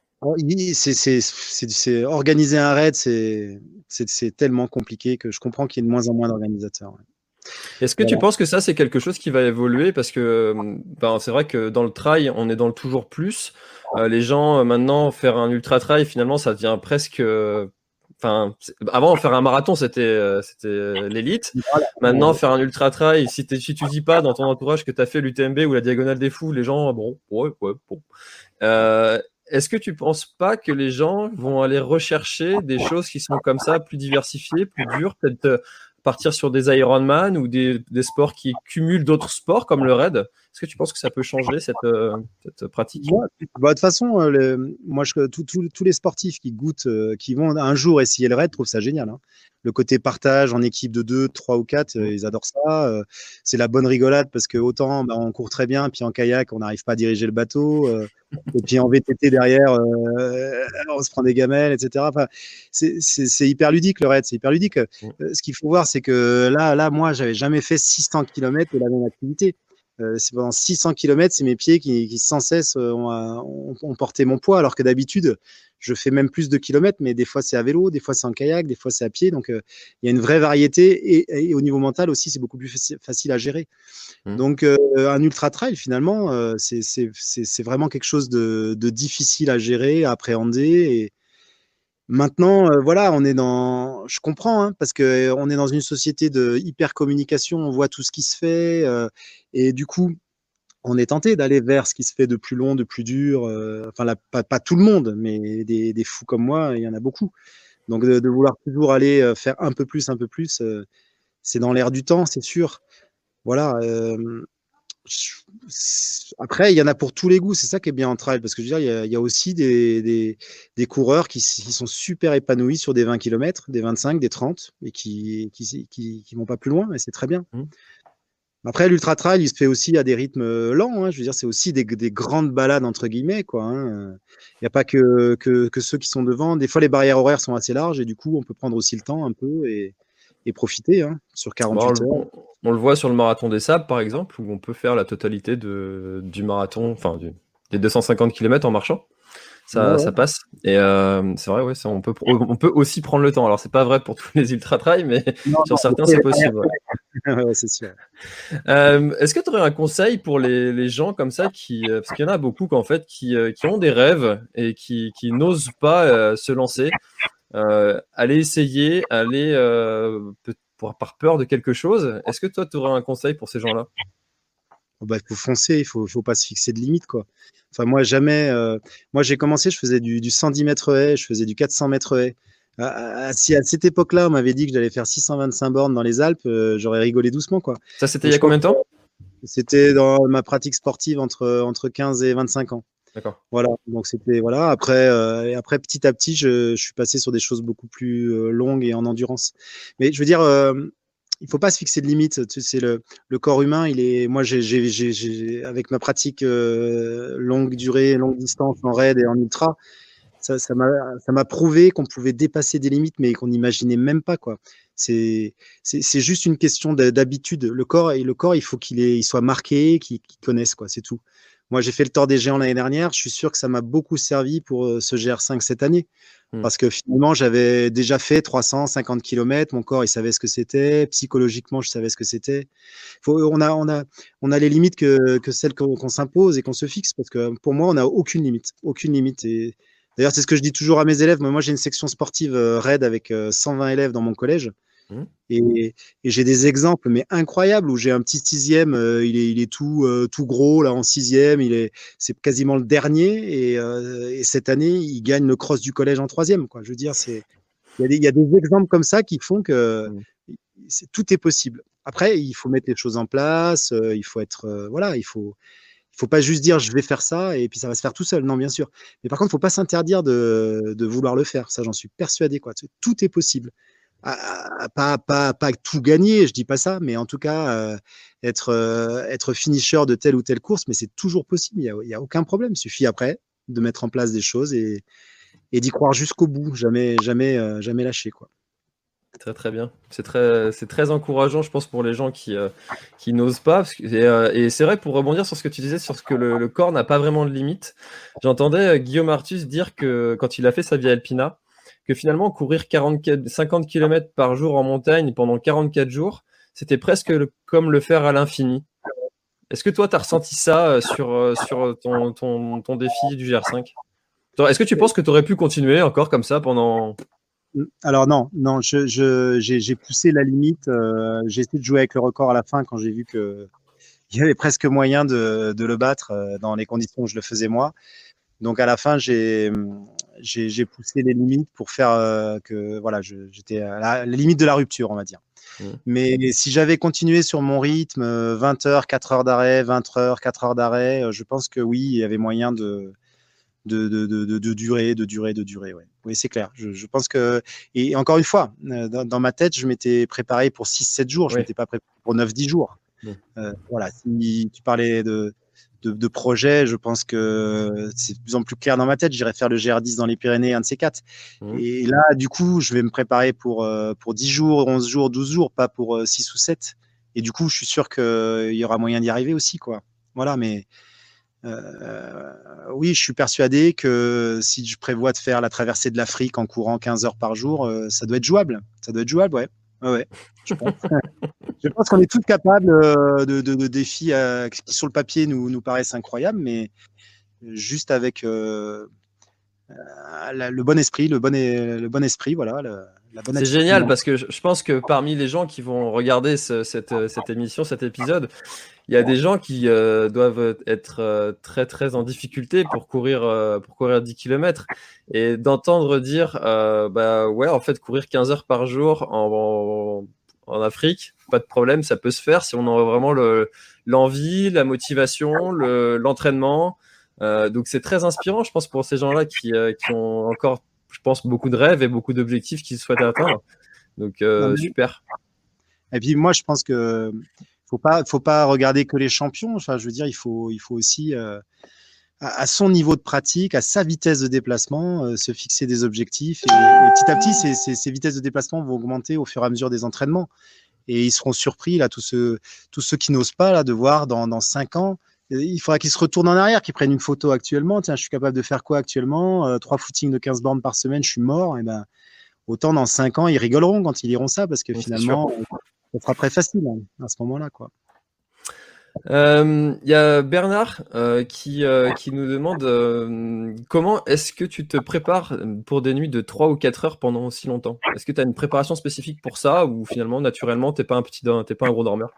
c'est c'est c'est c'est organiser un raid, c'est c'est c'est tellement compliqué que je comprends qu'il y ait de moins en moins d'organisateurs. Ouais. Est-ce que Voilà. tu penses que ça, c'est quelque chose qui va évoluer? Parce que ben, c'est vrai que dans le trail, on est dans le toujours plus. Euh, les gens, euh, maintenant, faire un ultra trail, finalement, ça devient presque. euh, Enfin, c'est- avant, faire un marathon, c'était euh, c'était l'élite. Maintenant, faire un ultra trail, si, t'es- si tu dis pas dans ton entourage que tu as fait l'U T M B ou la Diagonale des Fous, les gens, bon, ouais, ouais, bon. Euh, Est-ce que tu penses pas que les gens vont aller rechercher des choses qui sont comme ça, plus diversifiées, plus dures, peut-être euh, partir sur des Ironman ou des, des sports qui cumulent d'autres sports comme le raid? Est-ce que tu penses que ça peut changer cette, euh, cette pratique? Moi, bah, de toute façon, euh, le, moi, je, tout- tout- tous les sportifs qui goûtent, euh, qui vont un jour essayer le raid, trouvent ça génial. Hein. Le côté partage en équipe de deux, trois ou quatre, euh, ils adorent ça. Euh, c'est la bonne rigolade parce que autant bah, on court très bien, puis en kayak, on n'arrive pas à diriger le bateau. euh, et puis en V T T derrière, euh, on se prend des gamelles, et cetera. Enfin, c'est c'est- c'est hyper ludique le raid, c'est hyper ludique. Euh, ce qu'il faut voir, c'est que là, là, moi, j'avais jamais fait six cents kilomètres de la même activité. Euh, c'est pendant six cents kilomètres, c'est mes pieds qui, qui sans cesse euh, ont, ont, ont porté mon poids, alors que d'habitude, je fais même plus de kilomètres, mais des fois c'est à vélo, des fois c'est en kayak, des fois c'est à pied. Donc euh, il y a une vraie variété et, et au niveau mental aussi, c'est beaucoup plus faci- facile à gérer. Mmh. Donc euh, un ultra trail, finalement, euh, c'est c'est- c'est- c'est vraiment quelque chose de, de difficile à gérer, à appréhender. Et maintenant, euh, voilà, on est dans. Je comprends, hein, parce que euh, on est dans une société de hyper communication, on voit tout ce qui se fait, euh, et du coup, on est tenté d'aller vers ce qui se fait de plus long, de plus dur. euh, enfin, là, pas, pas tout le monde, mais des, des fous comme moi, il y en a beaucoup. Donc, de, de vouloir toujours aller euh, faire un peu plus, un peu plus, euh, c'est dans l'air du temps, c'est sûr. Voilà. euh, je- c'est- Après, il y en a pour tous les goûts. C'est ça qui est bien en trail, parce que je veux dire, il y a, il y a aussi des, des, des coureurs qui, s- qui sont super épanouis sur des vingt kilomètres, des vingt-cinq, des trente, et qui qui, qui, qui vont pas plus loin, et c'est très bien. Mmh. Après, l'ultra trail, il se fait aussi à des rythmes euh, lents. Hein. Je veux dire, c'est aussi des, des grandes balades entre guillemets, quoi. Hein. Il n'y a pas que, que, que ceux qui sont devant. Des fois, les barrières horaires sont assez larges et du coup, on peut prendre aussi le temps un peu et, et profiter hein, sur Bon, on, quarante-huit le heures. on- on le voit sur le marathon des sables, par exemple, où on peut faire la totalité de, du marathon, enfin du- des deux cent cinquante kilomètres en marchant. Ça, Ouais, ça ouais. passe. Et euh, c'est vrai, ouais, ça, on peut, on peut aussi prendre le temps. Alors, c'est pas vrai pour tous les ultra trail, mais Non, sur non, certains, après, c'est les barrières possible. Ouais. horaires, ouais, c'est sûr. Euh, est-ce que tu aurais un conseil pour les, les gens comme ça qui, euh, parce qu'il y en a beaucoup qu'en fait qui, euh, qui ont des rêves et qui, qui n'osent pas euh, se lancer, euh, aller essayer, aller euh, peut- pour- par peur de quelque chose. Est-ce que toi, tu aurais un conseil pour ces gens-là? Bon, bah, il faut foncer, il faut, faut pas se fixer de limite, quoi. Enfin, moi, jamais. euh, Moi, j'ai commencé, je faisais du, du cent dix mètres haies, je faisais du quatre cents mètres haies. À, à- si à cette époque-là, on m'avait dit que j'allais faire six cent vingt-cinq bornes dans les Alpes, euh, j'aurais rigolé doucement, quoi. Ça, c'était il Donc, y a je pense combien de temps? que c'était dans ma pratique sportive entre, entre quinze et vingt-cinq ans. D'accord. Voilà. Donc, c'était. Voilà. Après, euh, et après, petit à petit, je, je suis passé sur des choses beaucoup plus euh, longues et en endurance. Mais je veux dire. euh, il faut pas se fixer de limites. Tu sais, le, le corps humain, il est. Moi, j'ai, j'ai, j'ai, j'ai- avec ma pratique euh, longue durée, longue distance en raid et en ultra, ça, ça m'a, ça m'a prouvé qu'on pouvait dépasser des limites, mais qu'on n'imaginait même pas, quoi. C'est, c'est, c'est juste une question d'a- d'habitude. Le corps, et le corps, il faut qu'il est, il soit marqué, qu'il, qu'il connaisse, quoi. C'est tout. Moi, j'ai fait le Tour des Géants l'année dernière. Je suis sûr que ça m'a beaucoup servi pour euh, ce G R cinq cette année. Hmm. Parce que finalement, j'avais déjà fait trois cent cinquante kilomètres. Mon corps, il savait ce que c'était. Psychologiquement, je savais ce que c'était. Faut, on, a, on, a, on a les limites que, que celles qu'on qu'on s'impose et qu'on se fixe. Parce que pour moi, on n'a aucune limite. Aucune limite. Et d'ailleurs, c'est ce que je dis toujours à mes élèves. Moi, moi j'ai une section sportive euh, raid avec euh, cent vingt élèves dans mon collège. Hmm. Et, et j'ai des exemples, mais incroyables, où j'ai un petit sixième, euh, il est, il est tout, euh, tout gros, là, en sixième, il est, c'est quasiment le dernier, et, euh, et cette année, il gagne le cross du collège en troisième, quoi. Je veux dire, c'est, il y a des, il y a des exemples comme ça qui font que Hmm. c'est, tout est possible. Après, il faut mettre les choses en place, euh, il faut être, euh, voilà, il faut, il faut pas juste dire je vais faire ça et puis ça va se faire tout seul. Non, bien sûr. Mais par contre, il faut pas s'interdire de, de vouloir le faire. Ça, j'en suis persuadé, quoi. Tout est possible. Ah, pas, pas, pas tout gagner, je dis pas ça, mais en tout cas, euh, être, euh, être finisher de telle ou telle course, mais c'est toujours possible, il n'y a, il y a aucun problème. Il suffit après de mettre en place des choses et, et d'y croire jusqu'au bout, jamais, jamais, euh, jamais lâcher, quoi. Très très bien. C'est très, c'est très encourageant, je pense, pour les gens qui, euh, qui n'osent pas. Parce que, et euh, et c'est vrai, pour rebondir sur ce que tu disais, sur ce que le, le corps n'a pas vraiment de limite, j'entendais euh, Guillaume Artus dire que quand il a fait sa Via Alpina, que finalement courir quarante-quatre, cinquante kilomètres par jour en montagne pendant quarante-quatre jours, c'était presque le- comme le faire à l'infini. Est-ce que toi, tu as ressenti ça euh, sur, euh, sur ton, ton, ton défi du G R cinq? Est-ce que tu penses que tu aurais pu continuer encore comme ça pendant... Alors non, non, je, je, j'ai, j'ai poussé la limite. Euh, j'ai essayé de jouer avec le record à la fin quand j'ai vu que il y avait presque moyen de, de le battre euh, dans les conditions où je le faisais moi. Donc à la fin, j'ai, j'ai, j'ai poussé les limites pour faire euh, que voilà, je, j'étais à la, la limite de la rupture, on va dire. Mmh. Mais si j'avais continué sur mon rythme, vingt heures, quatre heures d'arrêt, vingt heures, quatre heures d'arrêt, je pense que oui, il y avait moyen de, de, de, de, de, de durer, de durer, de durer. Ouais. Oui, c'est clair. Je, je pense que, et encore une fois, dans, dans ma tête, je m'étais préparé pour six sept jours, je ne oui. m'étais pas préparé pour neuf dix jours. Mmh. Euh, voilà, si tu parlais de, de, de projet, je pense que c'est de plus en plus clair dans ma tête. J'irai faire le G R dix dans les Pyrénées, un de ces quatre. Mmh. Et là, du coup, je vais me préparer pour, pour dix jours, onze jours, douze jours, pas pour six ou sept. Et du coup, je suis sûr qu'il y aura moyen d'y arriver aussi, quoi. Voilà, mais euh, oui, je suis persuadé que si je prévois de faire la traversée de l'Afrique en courant quinze heures par jour, euh, ça doit être jouable. Ça doit être jouable, ouais. Ouais, ouais. Je pense. Je pense qu'on est tous capables de, de, de défis euh, qui, sur le papier, nous, nous paraissent incroyables, mais juste avec euh, la, le bon esprit, le bon, le bon esprit, voilà. Le, la bonne C'est génial parce que je, je pense que parmi les gens qui vont regarder ce, cette, cette émission, cet épisode, il y a des gens qui euh, doivent être euh, très très en difficulté pour courir euh, pour courir dix kilomètres et d'entendre dire euh, bah ouais en fait courir quinze heures par jour en, en, en Afrique, pas de problème, ça peut se faire si on a vraiment le, l'envie, la motivation, le, l'entraînement. Euh, donc c'est très inspirant, je pense, pour ces gens-là qui, euh, qui ont encore, je pense, beaucoup de rêves et beaucoup d'objectifs qu'ils souhaitent atteindre. Donc euh, non, super. Et puis moi je pense que faut pas faut pas regarder que les champions. Enfin, je veux dire, il faut il faut aussi euh, à, à son niveau de pratique, à sa vitesse de déplacement, euh, se fixer des objectifs. Et, et petit à petit, ces, ces, ces vitesses de déplacement vont augmenter au fur et à mesure des entraînements. Et ils seront surpris là, tous ceux tous ceux qui n'osent pas là, de voir dans dans cinq ans. Il faudra qu'ils se retournent en arrière, qu'ils prennent une photo actuellement. Tiens, je suis capable de faire quoi actuellement? euh, Trois footings de quinze bornes par semaine, je suis mort. Et ben autant dans cinq ans, ils rigoleront quand ils liront ça parce que oui, finalement. Ça sera très facile hein, à ce moment-là, quoi. Il euh, y a Bernard euh, qui, euh, qui nous demande euh, comment est-ce que tu te prépares pour des nuits de trois ou quatre heures pendant aussi longtemps? Est-ce que tu as une préparation spécifique pour ça ou finalement, naturellement, tu n'es pas un petit, t'es pas un gros dormeur?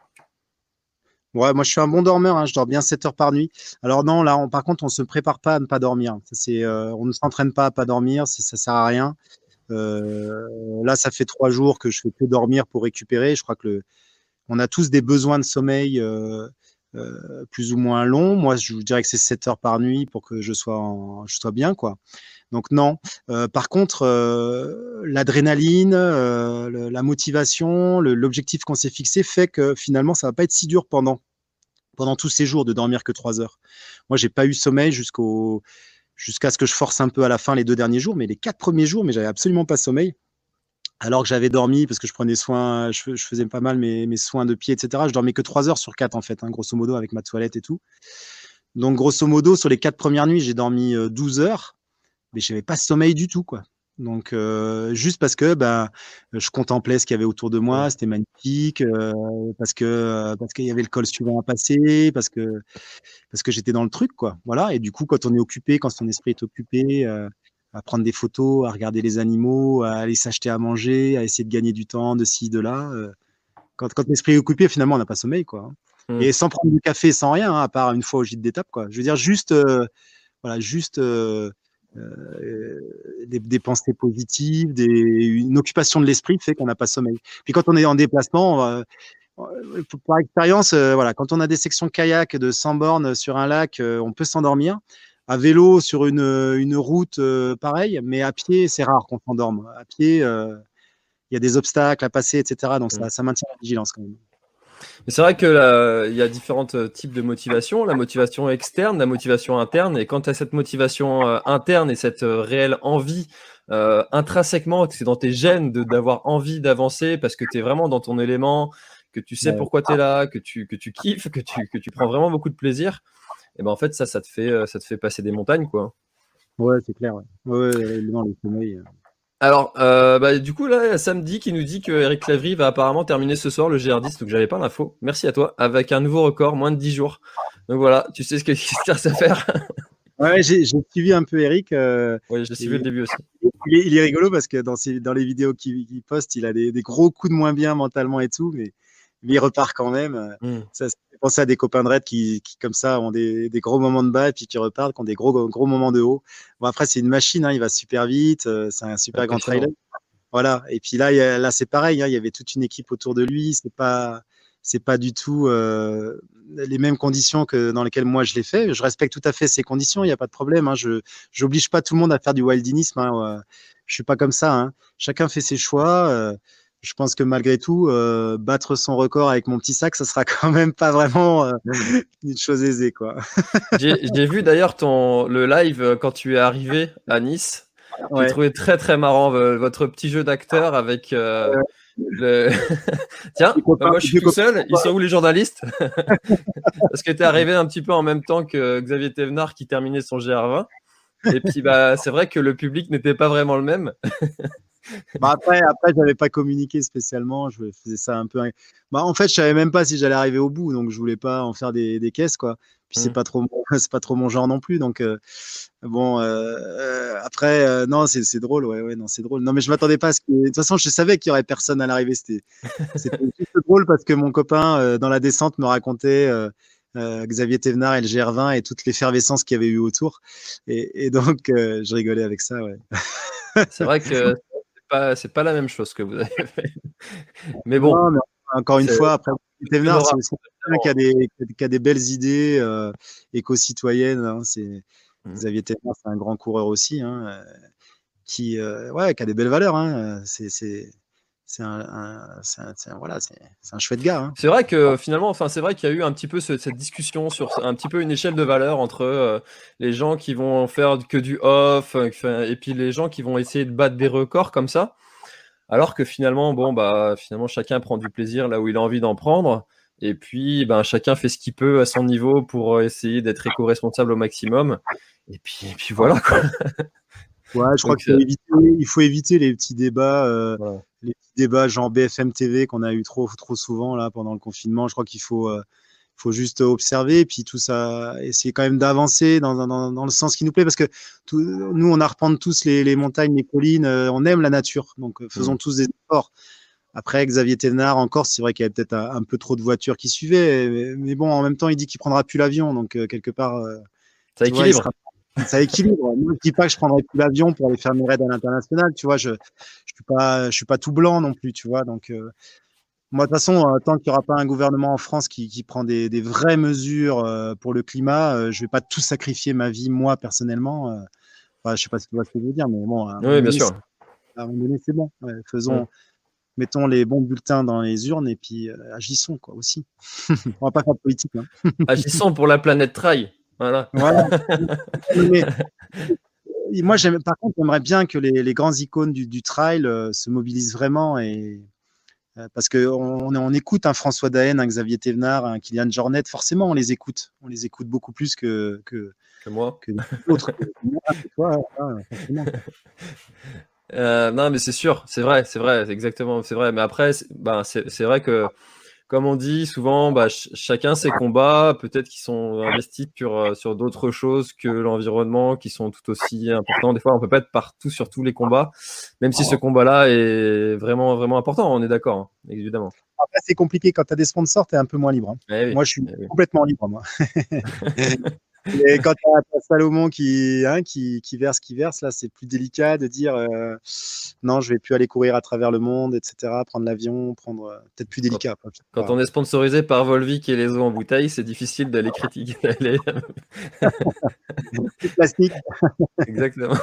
Ouais, moi je suis un bon dormeur, hein, je dors bien sept heures par nuit. Alors non, là, on, par contre, on ne se prépare pas à ne pas dormir. Ça, c'est, euh, on ne s'entraîne pas à pas dormir, c'est, ça sert à rien. Euh, là, ça fait trois jours que je fais que dormir pour récupérer. Je crois que le, on a tous des besoins de sommeil euh, euh, plus ou moins longs. Moi, je vous dirais que c'est sept heures par nuit pour que je sois, en, je sois bien, quoi. Donc non. Euh, par contre, euh, l'adrénaline, euh, le, la motivation, le, l'objectif qu'on s'est fixé fait que finalement, ça va pas être si dur pendant pendant tous ces jours de dormir que trois heures. Moi, j'ai pas eu sommeil jusqu'au jusqu'à ce que je force un peu à la fin les deux derniers jours, mais les quatre premiers jours, mais j'avais absolument pas sommeil. Alors que j'avais dormi parce que je prenais soin, je, je faisais pas mal mes, mes soins de pied, et cetera. Je dormais que trois heures sur quatre en fait, hein, grosso modo avec ma toilette et tout. Donc grosso modo sur les quatre premières nuits, j'ai dormi euh, douze heures, mais j'avais pas sommeil du tout, quoi. Donc euh, juste parce que ben je contemplais ce qu'il y avait autour de moi, c'était magnifique, euh, parce que euh, parce qu'il y avait le col suivant à passer, parce que parce que j'étais dans le truc, quoi. Voilà. Et du coup, quand on est occupé, quand son esprit est occupé, euh, à prendre des photos, à regarder les animaux, à aller s'acheter à manger, à essayer de gagner du temps, de ci, de là. Euh, quand quand l'esprit est occupé, finalement, on n'a pas sommeil, quoi. Mmh. Et sans prendre du café, sans rien, hein, à part une fois au gîte d'étape, quoi. Je veux dire juste, euh, voilà, juste. Euh, Euh, des, des pensées positives, des, une occupation de l'esprit fait qu'on n'a pas sommeil. Puis quand on est en déplacement, euh, par expérience, euh, voilà, quand on a des sections kayak de cent bornes sur un lac, euh, on peut s'endormir. À vélo sur une, une route, euh, pareil, mais à pied, c'est rare qu'on s'endorme. À pied, il euh, y a des obstacles à passer, et cetera. Donc ça, ça maintient la vigilance quand même. Mais c'est vrai que il y a différents types de motivation, la motivation externe, la motivation interne, et quand tu as cette motivation euh, interne et cette euh, réelle envie euh, intrinsèquement, c'est dans tes gènes de, d'avoir envie d'avancer parce que tu es vraiment dans ton élément, que tu sais ouais. pourquoi tu es là, que tu, que tu kiffes, que tu, que tu prends vraiment beaucoup de plaisir, et ben en fait ça, ça te fait, ça te fait passer des montagnes, quoi. Ouais, c'est clair, ouais. Ouais, ouais, non, le sommeil... Alors, euh, bah, du coup, là, samedi, qui nous dit que Eric Clavry va apparemment terminer ce soir le G R dix, donc j'avais pas l'info. Merci à toi, avec un nouveau record, moins de dix jours. Donc voilà, tu sais ce qu'il reste à faire. Ouais, j'ai, j'ai suivi un peu Eric. Euh, oui, j'ai suivi le début aussi. Il est, il est rigolo parce que dans, ses, dans les vidéos qu'il, qu'il poste, il a des, des gros coups de moins bien mentalement et tout, mais, mais il repart quand même. Mm. Ça, ça fait penser à des copains de raid qui, qui, comme ça, ont des, des gros moments de bas et puis qui repartent, qui ont des gros, gros, gros moments de haut. Bon, après, c'est une machine, hein, il va super vite, euh, c'est un super grand trailer. Voilà. Et puis là, y a, là c'est pareil, hein, il y avait toute une équipe autour de lui. C'est pas, c'est pas du tout euh, les mêmes conditions que dans lesquelles moi je l'ai fait. Je respecte tout à fait ces conditions, il n'y a pas de problème. Hein. Je j'oblige pas tout le monde à faire du wildinisme. Hein, ouais. Je suis pas comme ça. Hein. Chacun fait ses choix. Euh, je pense que malgré tout, euh, battre son record avec mon petit sac, ça sera quand même pas vraiment euh, une chose aisée, quoi. j'ai, j'ai vu d'ailleurs ton le live quand tu es arrivé à Nice. Ouais. J'ai trouvé très très marrant votre petit jeu d'acteur avec euh, le. Tiens, bah moi je suis tout seul. Ils sont où les journalistes? Parce que tu es arrivé un petit peu en même temps que Xavier Thévenard qui terminait son G R vingt. Et puis bah c'est vrai que le public n'était pas vraiment le même. Bah après, après, j'avais pas communiqué spécialement. Je faisais ça un peu. Bah en fait, je savais même pas si j'allais arriver au bout, donc je voulais pas en faire des, des caisses, quoi. Puis mmh. c'est pas trop, c'est pas trop mon genre non plus, donc euh, bon. Euh, après, euh, non, c'est, c'est drôle, ouais, ouais, non, c'est drôle. Non, mais je m'attendais pas à ce que. De toute façon, je savais qu'il y aurait personne à l'arrivée. C'était, c'était juste drôle parce que mon copain euh, dans la descente me racontait. Euh, Euh, Xavier Thévenard et le G R vingt et toute l'effervescence qu'il y avait eu autour. Et, et donc, euh, je rigolais avec ça, ouais. C'est vrai que c'est pas, c'est pas la même chose que vous avez fait. Mais bon. Non, mais encore une fois, après, Thévenard, c'est aussi quelqu'un qui a des, qui a des belles idées euh, éco-citoyennes. Hein, c'est, mmh. Xavier Thévenard, c'est un grand coureur aussi, hein, euh, qui, euh, ouais, qui a des belles valeurs. Hein, c'est, c'est, C'est un, un, c'est, un, c'est, un, voilà, c'est, c'est un chouette gars. Hein. C'est vrai que finalement, enfin, c'est vrai qu'il y a eu un petit peu ce, cette discussion sur un petit peu une échelle de valeur entre euh, les gens qui vont faire que du off euh, et puis les gens qui vont essayer de battre des records comme ça. Alors que finalement, bon, bah, finalement, chacun prend du plaisir là où il a envie d'en prendre. Et puis, ben, chacun fait ce qu'il peut à son niveau pour essayer d'être éco-responsable au maximum. Et puis, et puis voilà, quoi. Ouais, je crois qu'il faut éviter, il faut éviter les petits débats, euh, voilà. les petits débats genre B F M T V qu'on a eu trop, trop souvent là pendant le confinement. Je crois qu'il faut, euh, faut juste observer et puis tout ça, essayer quand même d'avancer dans, dans, dans le sens qui nous plaît parce que tout, nous on arpente tous les, les montagnes, les collines, euh, on aime la nature, donc euh, faisons mmh. tous des efforts. Après, Xavier Thévenard, encore, c'est vrai qu'il y avait peut-être un, un peu trop de voitures qui suivaient, mais, mais bon, en même temps, il dit qu'il prendra plus l'avion, donc euh, quelque part, euh, ça équilibre. Vois, ça équilibre. Moi, je dis pas que je prendrai plus l'avion pour aller faire mes raids à l'international, tu vois. Je, je suis pas, je suis pas tout blanc non plus, tu vois. Donc, euh, moi, de toute façon, euh, tant qu'il n'y aura pas un gouvernement en France qui, qui prend des, des vraies mesures euh, pour le climat, euh, je vais pas tout sacrifier ma vie, moi, personnellement. Euh, enfin, je sais pas si tu vois ce que je veux dire, mais bon. Oui, bien sûr. À un moment donné, c'est bon. Ouais, faisons, ouais. Mettons les bons bulletins dans les urnes et puis euh, agissons, quoi, aussi. On va pas faire de politique. Hein. Agissons pour la planète trail. Voilà. Voilà. Mais, moi, j'aime, par contre, j'aimerais bien que les, les grands icônes du, du trail euh, se mobilisent vraiment et euh, parce que on, on écoute un hein, François Daen, un Xavier Thévenard, un Kylian Jornet, forcément, on les écoute. On les écoute beaucoup plus que que, que moi, que d'autres. Toi, ouais, euh, non, mais c'est sûr, c'est vrai, c'est vrai, exactement, c'est vrai. Mais après, c'est, ben, c'est, c'est vrai que. Comme on dit souvent, bah, ch- chacun ses combats, peut-être qu'ils sont investis sur, sur d'autres choses que l'environnement, qui sont tout aussi importants. Des fois, on peut pas être partout sur tous les combats, même si ce combat-là est vraiment, vraiment important, on est d'accord, hein, évidemment. Après, c'est compliqué, quand tu as des sponsors, tu es un peu moins libre. Hein. Eh oui, moi, je suis eh oui. complètement libre, moi. Et quand tu as Salomon qui, hein, qui, qui verse, qui verse, là, c'est plus délicat de dire euh, non, je vais plus aller courir à travers le monde, et cetera, prendre l'avion, prendre euh, peut-être plus délicat. Quand, quand on est sponsorisé par Volvic et les eaux en bouteille, c'est difficile d'aller critiquer. D'aller... C'est plastique. Exactement.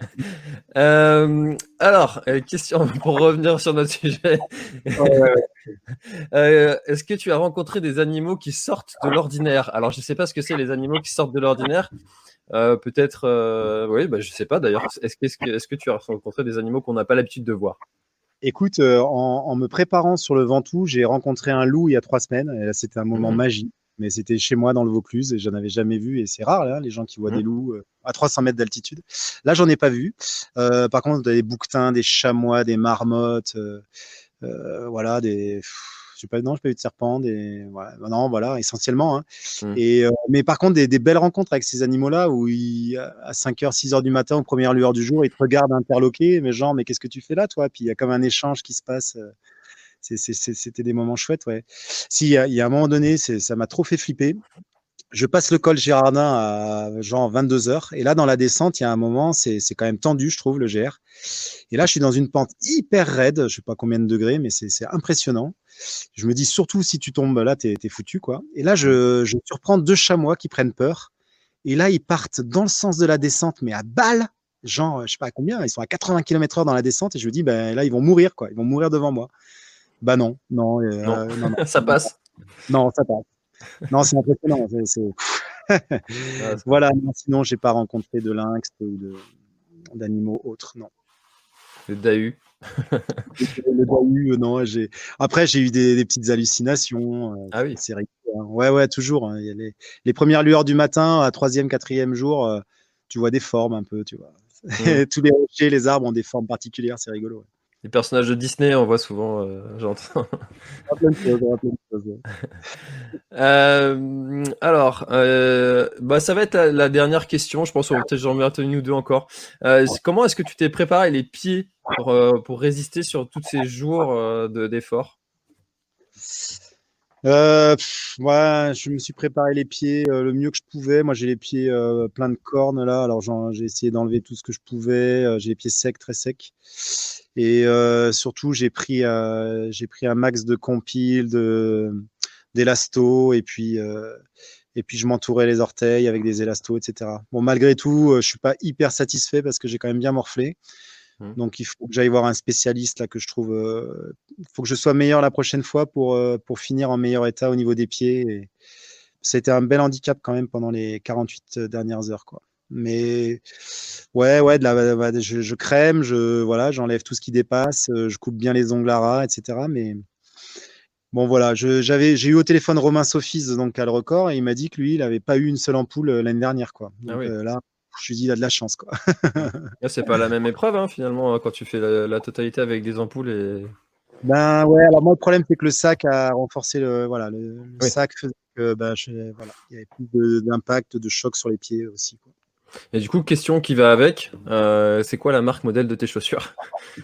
euh, alors, question pour revenir sur notre sujet. Ouais, ouais. euh, est-ce que tu as rencontré des animaux qui sortent de l'ordinaire? Alors, je ne sais pas ce que c'est les animaux qui sortent de l'ordinaire. Euh, peut-être, euh, oui, bah, je ne sais pas d'ailleurs. Est-ce que, est-ce, que, est-ce que tu as rencontré des animaux qu'on n'a pas l'habitude de voir? Écoute, euh, en, en me préparant sur le Ventoux, j'ai rencontré un loup il y a trois semaines. Et là, c'était un moment mmh. magique. Mais c'était chez moi dans le Vaucluse et j'en avais jamais vu. Et c'est rare, là, les gens qui voient mmh. des loups euh, à trois cents mètres d'altitude. Là, j'en ai pas vu. Euh, par contre, des bouquetins, des chamois, des marmottes, euh, euh, voilà, des. Je sais pas, non, je n'ai pas vu de serpents, des. Voilà, non, voilà, essentiellement. Hein. Mmh. Et, euh, mais par contre, des, des belles rencontres avec ces animaux-là où ils, à cinq heures, six heures du matin, aux premières lueurs du jour, ils te regardent interloqués. Mais genre, mais qu'est-ce que tu fais là, toi? Puis il y a comme un échange qui se passe. Euh, c'est, c'est, c'est, c'était des moments chouettes, ouais. Si, il y a, il y a un moment donné, c'est, ça m'a trop fait flipper. Je passe le col Girardin à genre vingt-deux heures. Et là, dans la descente, il y a un moment, c'est, c'est quand même tendu, je trouve, le G R. Et là, je suis dans une pente hyper raide. Je sais pas combien de degrés, mais c'est, c'est impressionnant. Je me dis, surtout si tu tombes là, t'es, t'es foutu, quoi. Et là, je, je surprends deux chamois qui prennent peur. Et là, ils partent dans le sens de la descente, mais à balle. Genre, je sais pas à combien. Ils sont à quatre-vingts kilomètres heure dans la descente. Et je me dis, ben là, ils vont mourir, quoi. Ils vont mourir devant moi. Bah non, non, euh, Non, non, non. ça passe. Non, ça passe. Non, c'est impressionnant. C'est, c'est... Ah, voilà. Non, sinon, j'ai pas rencontré de lynx ou de, d'animaux autres. Non. le Dahu. Le Dahu, euh, non. J'ai... Après, j'ai eu des, des petites hallucinations. Euh, Ah oui. C'est rigolo, hein. Ouais, ouais, toujours. Hein. Il y a les, les premières lueurs du matin, à troisième, quatrième jour, euh, tu vois des formes un peu, tu vois. Mmh. Tous les rochers, les arbres ont des formes particulières. C'est rigolo. Ouais. Les personnages de Disney, on voit souvent, euh, j'entends. Plein de choses, plein de choses, ouais. Euh, alors, euh, bah, ça va être la, la dernière question. Je pense qu'on va peut-être j'en mets une ou deux encore. Euh, c'est- comment est-ce que tu t'es préparé les pieds pour, euh, pour résister sur tous ces jours euh, de, d'efforts? Euh, pff, ouais, je me suis préparé les pieds euh, le mieux que je pouvais. Moi, j'ai les pieds euh, pleins de cornes là. Alors, j'en- j'ai essayé d'enlever tout ce que je pouvais. Euh, j'ai les pieds secs, très secs. Et euh, surtout, j'ai pris, euh, j'ai pris un max de compil, de d'élasto, et puis euh, et puis je m'entourais les orteils avec des élastos, et cetera. Bon, malgré tout, euh, je suis pas hyper satisfait parce que j'ai quand même bien morflé. Mmh. Donc, il faut que j'aille voir un spécialiste là que je trouve. Euh, Il faut que je sois meilleur la prochaine fois pour euh, pour finir en meilleur état au niveau des pieds. Et ça a été un bel handicap quand même pendant les quarante-huit dernières heures, quoi. Mais ouais, ouais, de la, bah, je, je crème, je voilà, j'enlève tout ce qui dépasse, euh, je coupe bien les ongles à ras, et cetera. Mais bon, voilà, je, j'avais, j'ai eu au téléphone Romain Sofis, donc à le record, et il m'a dit que lui, il avait pas eu une seule ampoule euh, l'année dernière, quoi. Donc Ah oui. euh, là, je lui dis, il a de la chance, quoi. Là, c'est pas la même épreuve, hein, finalement, quand tu fais la, la totalité avec des ampoules et. Ben ouais, alors moi le problème c'est que le sac a renforcé le voilà le, le Oui. sac faisait que ben je, voilà il y avait plus de, d'impact de choc sur les pieds aussi, quoi. Et du coup, question qui va avec, euh, c'est quoi la marque modèle de tes chaussures?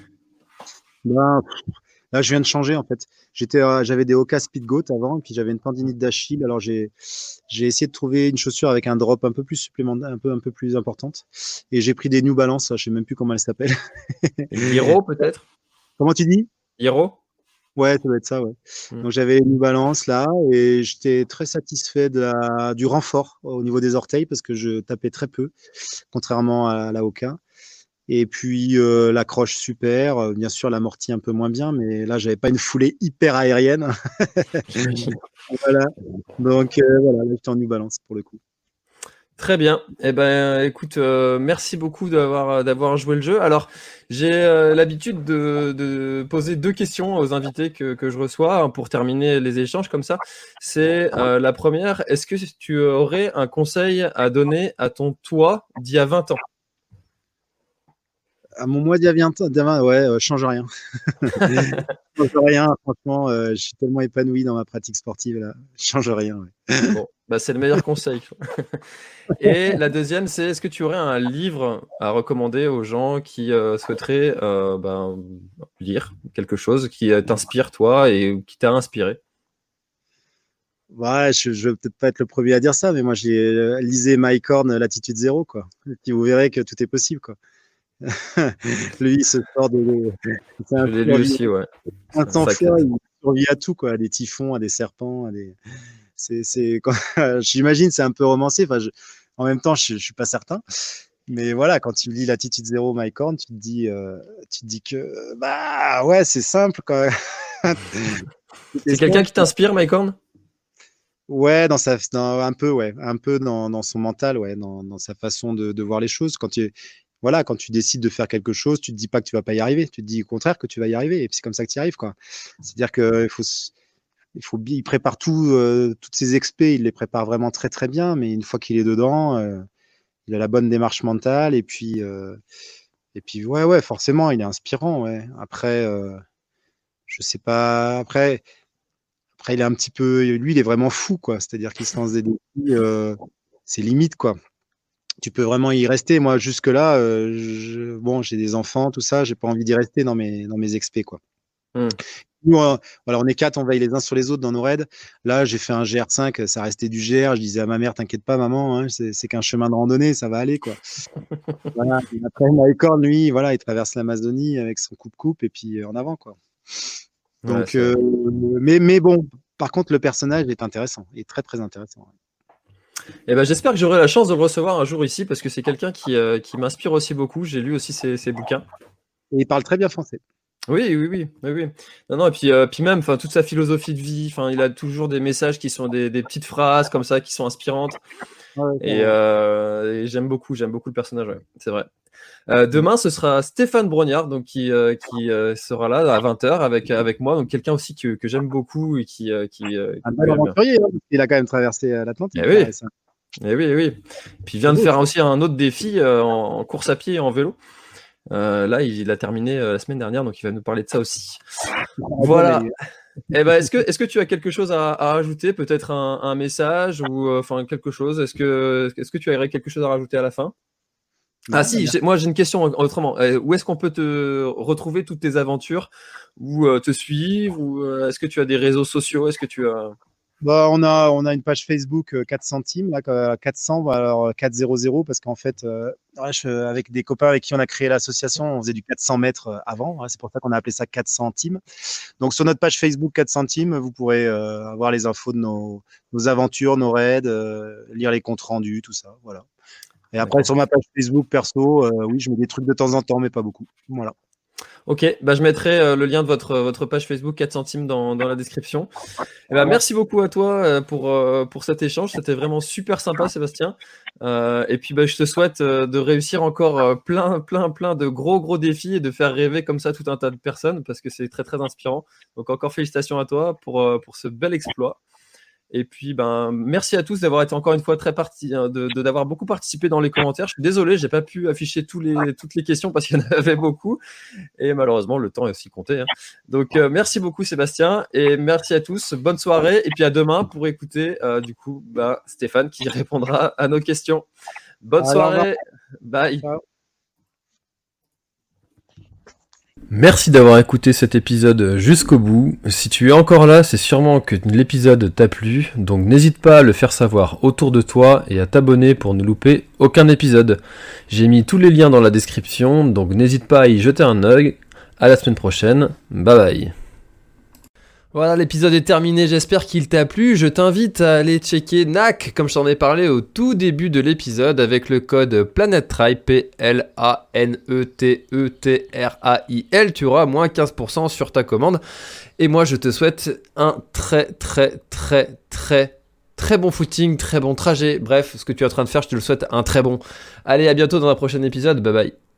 Ben, pff, là je viens de changer en fait. J'étais euh, j'avais des Hoka Speedgoat avant et puis j'avais une tendinite d'Achille. Alors j'ai j'ai essayé de trouver une chaussure avec un drop un peu plus supplémentaire, un peu un peu plus importante, et j'ai pris des New Balance. Je sais même plus comment elles s'appellent. Hiro, peut-être? Comment tu dis? Hiro? Ouais, ça doit être ça, ouais. Mm. Donc j'avais une balance là et j'étais très satisfait de la, du renfort au niveau des orteils parce que je tapais très peu, contrairement à la Hoka. Et puis euh, l'accroche super, euh, bien sûr l'amorti un peu moins bien, mais là j'avais pas une foulée hyper aérienne. Voilà. Donc euh, voilà, là j'étais en New Balance pour le coup. Très bien. Eh ben, écoute, euh, merci beaucoup d'avoir d'avoir joué le jeu. Alors, j'ai euh, l'habitude de, de poser deux questions aux invités que, que je reçois hein, pour terminer les échanges comme ça. C'est euh, la première. Est-ce que tu aurais un conseil à donner à ton toi d'il y a vingt ans? À mon mois d'il y a vingt ans, ouais, euh, change rien. change rien, franchement, euh, je suis tellement épanoui dans ma pratique sportive là, change rien. Ouais. Bon, bah c'est le meilleur conseil. Et la deuxième, c'est est-ce que tu aurais un livre à recommander aux gens qui euh, souhaiteraient euh, ben, lire quelque chose qui t'inspire toi et qui t'a inspiré? Ouais, je, je vais peut-être pas être le premier à dire ça, mais moi j'ai euh, lisé Mike Horn Latitude Zéro, quoi. Et puis vous verrez que tout est possible, quoi. Lui, il se sort de. de c'est un Je l'ai lu aussi, ouais. Un C'est sang un froid, sacré. il survit à tout, quoi, à des typhons, à des serpents, à des. C'est, c'est... quand- J'imagine, c'est un peu romancé. Enfin, je... En même temps, je, je suis pas certain. Mais voilà, quand tu lis Latitude Zéro, Mike Horn, tu te dis, euh, tu te dis que bah ouais, c'est simple, quoi. C'est quelqu'un qui t'inspire, Mike Horn? Ouais, dans sa, dans, un peu, ouais, un peu dans, dans son mental, ouais, dans, dans sa façon de, de voir les choses. Quand tu, voilà, quand tu décides de faire quelque chose, tu te dis pas que tu vas pas y arriver. Tu te dis au contraire que tu vas y arriver. Et puis c'est comme ça que tu y arrives, quoi. C'est-à-dire que il faut, il faut, il prépare tout, euh, toutes ses expés, il les prépare vraiment très très bien. Mais une fois qu'il est dedans, euh, il a la bonne démarche mentale. Et puis, euh, et puis, ouais, ouais, forcément, il est inspirant, ouais. Après, euh, je sais pas. Après. Après, il est un petit peu, lui, il est vraiment fou, quoi. C'est-à-dire qu'il se lance des défis, euh, c'est limite, quoi. Tu peux vraiment y rester. Moi, jusque-là, euh, je, bon, j'ai des enfants, tout ça, j'ai pas envie d'y rester dans mes, dans mes expés, quoi. Mm. nous, euh, voilà, on est quatre, on veille les uns sur les autres dans nos raids. Là, j'ai fait un G R cinq, ça restait du G R. Je disais à ma mère, t'inquiète pas, maman, hein, c'est, c'est qu'un chemin de randonnée, ça va aller, quoi. Voilà. Et après, Michael, lui, voilà, il traverse l'Amazonie avec son coupe-coupe et puis en avant, quoi. Donc, ouais, euh, mais, mais bon, par contre, le personnage est intéressant, il est très très intéressant. Et ben, j'espère que j'aurai la chance de le recevoir un jour ici parce que c'est quelqu'un qui, euh, qui m'inspire aussi beaucoup. J'ai lu aussi ses, ses bouquins. Et il parle très bien français. Oui, oui, oui, oui, oui. Non, non, et puis, euh, puis même, enfin, toute sa philosophie de vie. Enfin, il a toujours des messages qui sont des, des petites phrases comme ça, qui sont inspirantes. Ouais, et, euh, et j'aime beaucoup, j'aime beaucoup le personnage. Ouais, c'est vrai. Euh, demain, ce sera Stéphane Brognard, donc qui, euh, qui euh, sera là à vingt heures avec avec moi, donc quelqu'un aussi que, que j'aime beaucoup et qui euh, qui. Euh, un bel aventurier, hein, il a quand même traversé euh, l'Atlantique. Eh oui. Ouais, et oui, oui. Puis il vient de faire aussi un autre défi euh, en, en course à pied et en vélo. Euh, là, il, il a terminé euh, la semaine dernière, donc il va nous parler de ça aussi. Voilà. Eh ben, est-ce que, est-ce que tu as quelque chose à, à rajouter, peut-être un, un message ou enfin euh, quelque chose. Est-ce que, est-ce que tu aurais quelque chose à rajouter à la fin? Non, ah si, j'ai, moi j'ai une question autrement. Euh, où est-ce qu'on peut te retrouver toutes tes aventures ou euh, te suivre ou euh, est-ce que tu as des réseaux sociaux? Est-ce que tu as Bah, on a on a une page Facebook euh, quatre centimes là, quatre cents, alors quatre cents parce qu'en fait euh, je, avec des copains avec qui on a créé l'association, on faisait du quatre cents mètres avant, hein, c'est pour ça qu'on a appelé ça quatre centimes. Donc sur notre page Facebook quatre centimes, vous pourrez euh, avoir les infos de nos, nos aventures, nos raids, euh, lire les comptes rendus, tout ça, voilà. Et après D'accord. Sur ma page Facebook perso, euh, oui, je mets des trucs de temps en temps, mais pas beaucoup. Voilà. Ok, bah je mettrai euh, le lien de votre, votre page Facebook quatre centimes dans, dans la description. Et bah, merci beaucoup à toi euh, pour, euh, pour cet échange, c'était vraiment super sympa Sébastien. Euh, et puis bah, je te souhaite euh, de réussir encore euh, plein, plein, plein de gros, gros défis et de faire rêver comme ça tout un tas de personnes parce que c'est très, très inspirant. Donc encore félicitations à toi pour, euh, pour ce bel exploit. Et puis, ben, merci à tous d'avoir été encore une fois très parti, de, de d'avoir beaucoup participé dans les commentaires. Je suis désolé, j'ai pas pu afficher tous les, toutes les questions parce qu'il y en avait beaucoup. Et malheureusement, le temps est aussi compté. Hein. Donc, euh, merci beaucoup, Sébastien. Et merci à tous. Bonne soirée. Et puis, à demain pour écouter, euh, du coup, ben, Stéphane qui répondra à nos questions. Bonne Alors, soirée. Bye. Ciao. Merci d'avoir écouté cet épisode jusqu'au bout. Si tu es encore là, c'est sûrement que l'épisode t'a plu, donc n'hésite pas à le faire savoir autour de toi et à t'abonner pour ne louper aucun épisode. J'ai mis tous les liens dans la description, donc n'hésite pas à y jeter un œil. À la semaine prochaine, bye bye. Voilà, l'épisode est terminé, j'espère qu'il t'a plu. Je t'invite à aller checker N A C, comme je t'en ai parlé au tout début de l'épisode, avec le code PlanetTrail, P L A N E T E T R A I L. Tu auras moins quinze pour cent sur ta commande. Et moi, je te souhaite un très, très, très, très, très bon footing, très bon trajet. Bref, ce que tu es en train de faire, je te le souhaite un très bon. Allez, à bientôt dans un prochain épisode. Bye bye.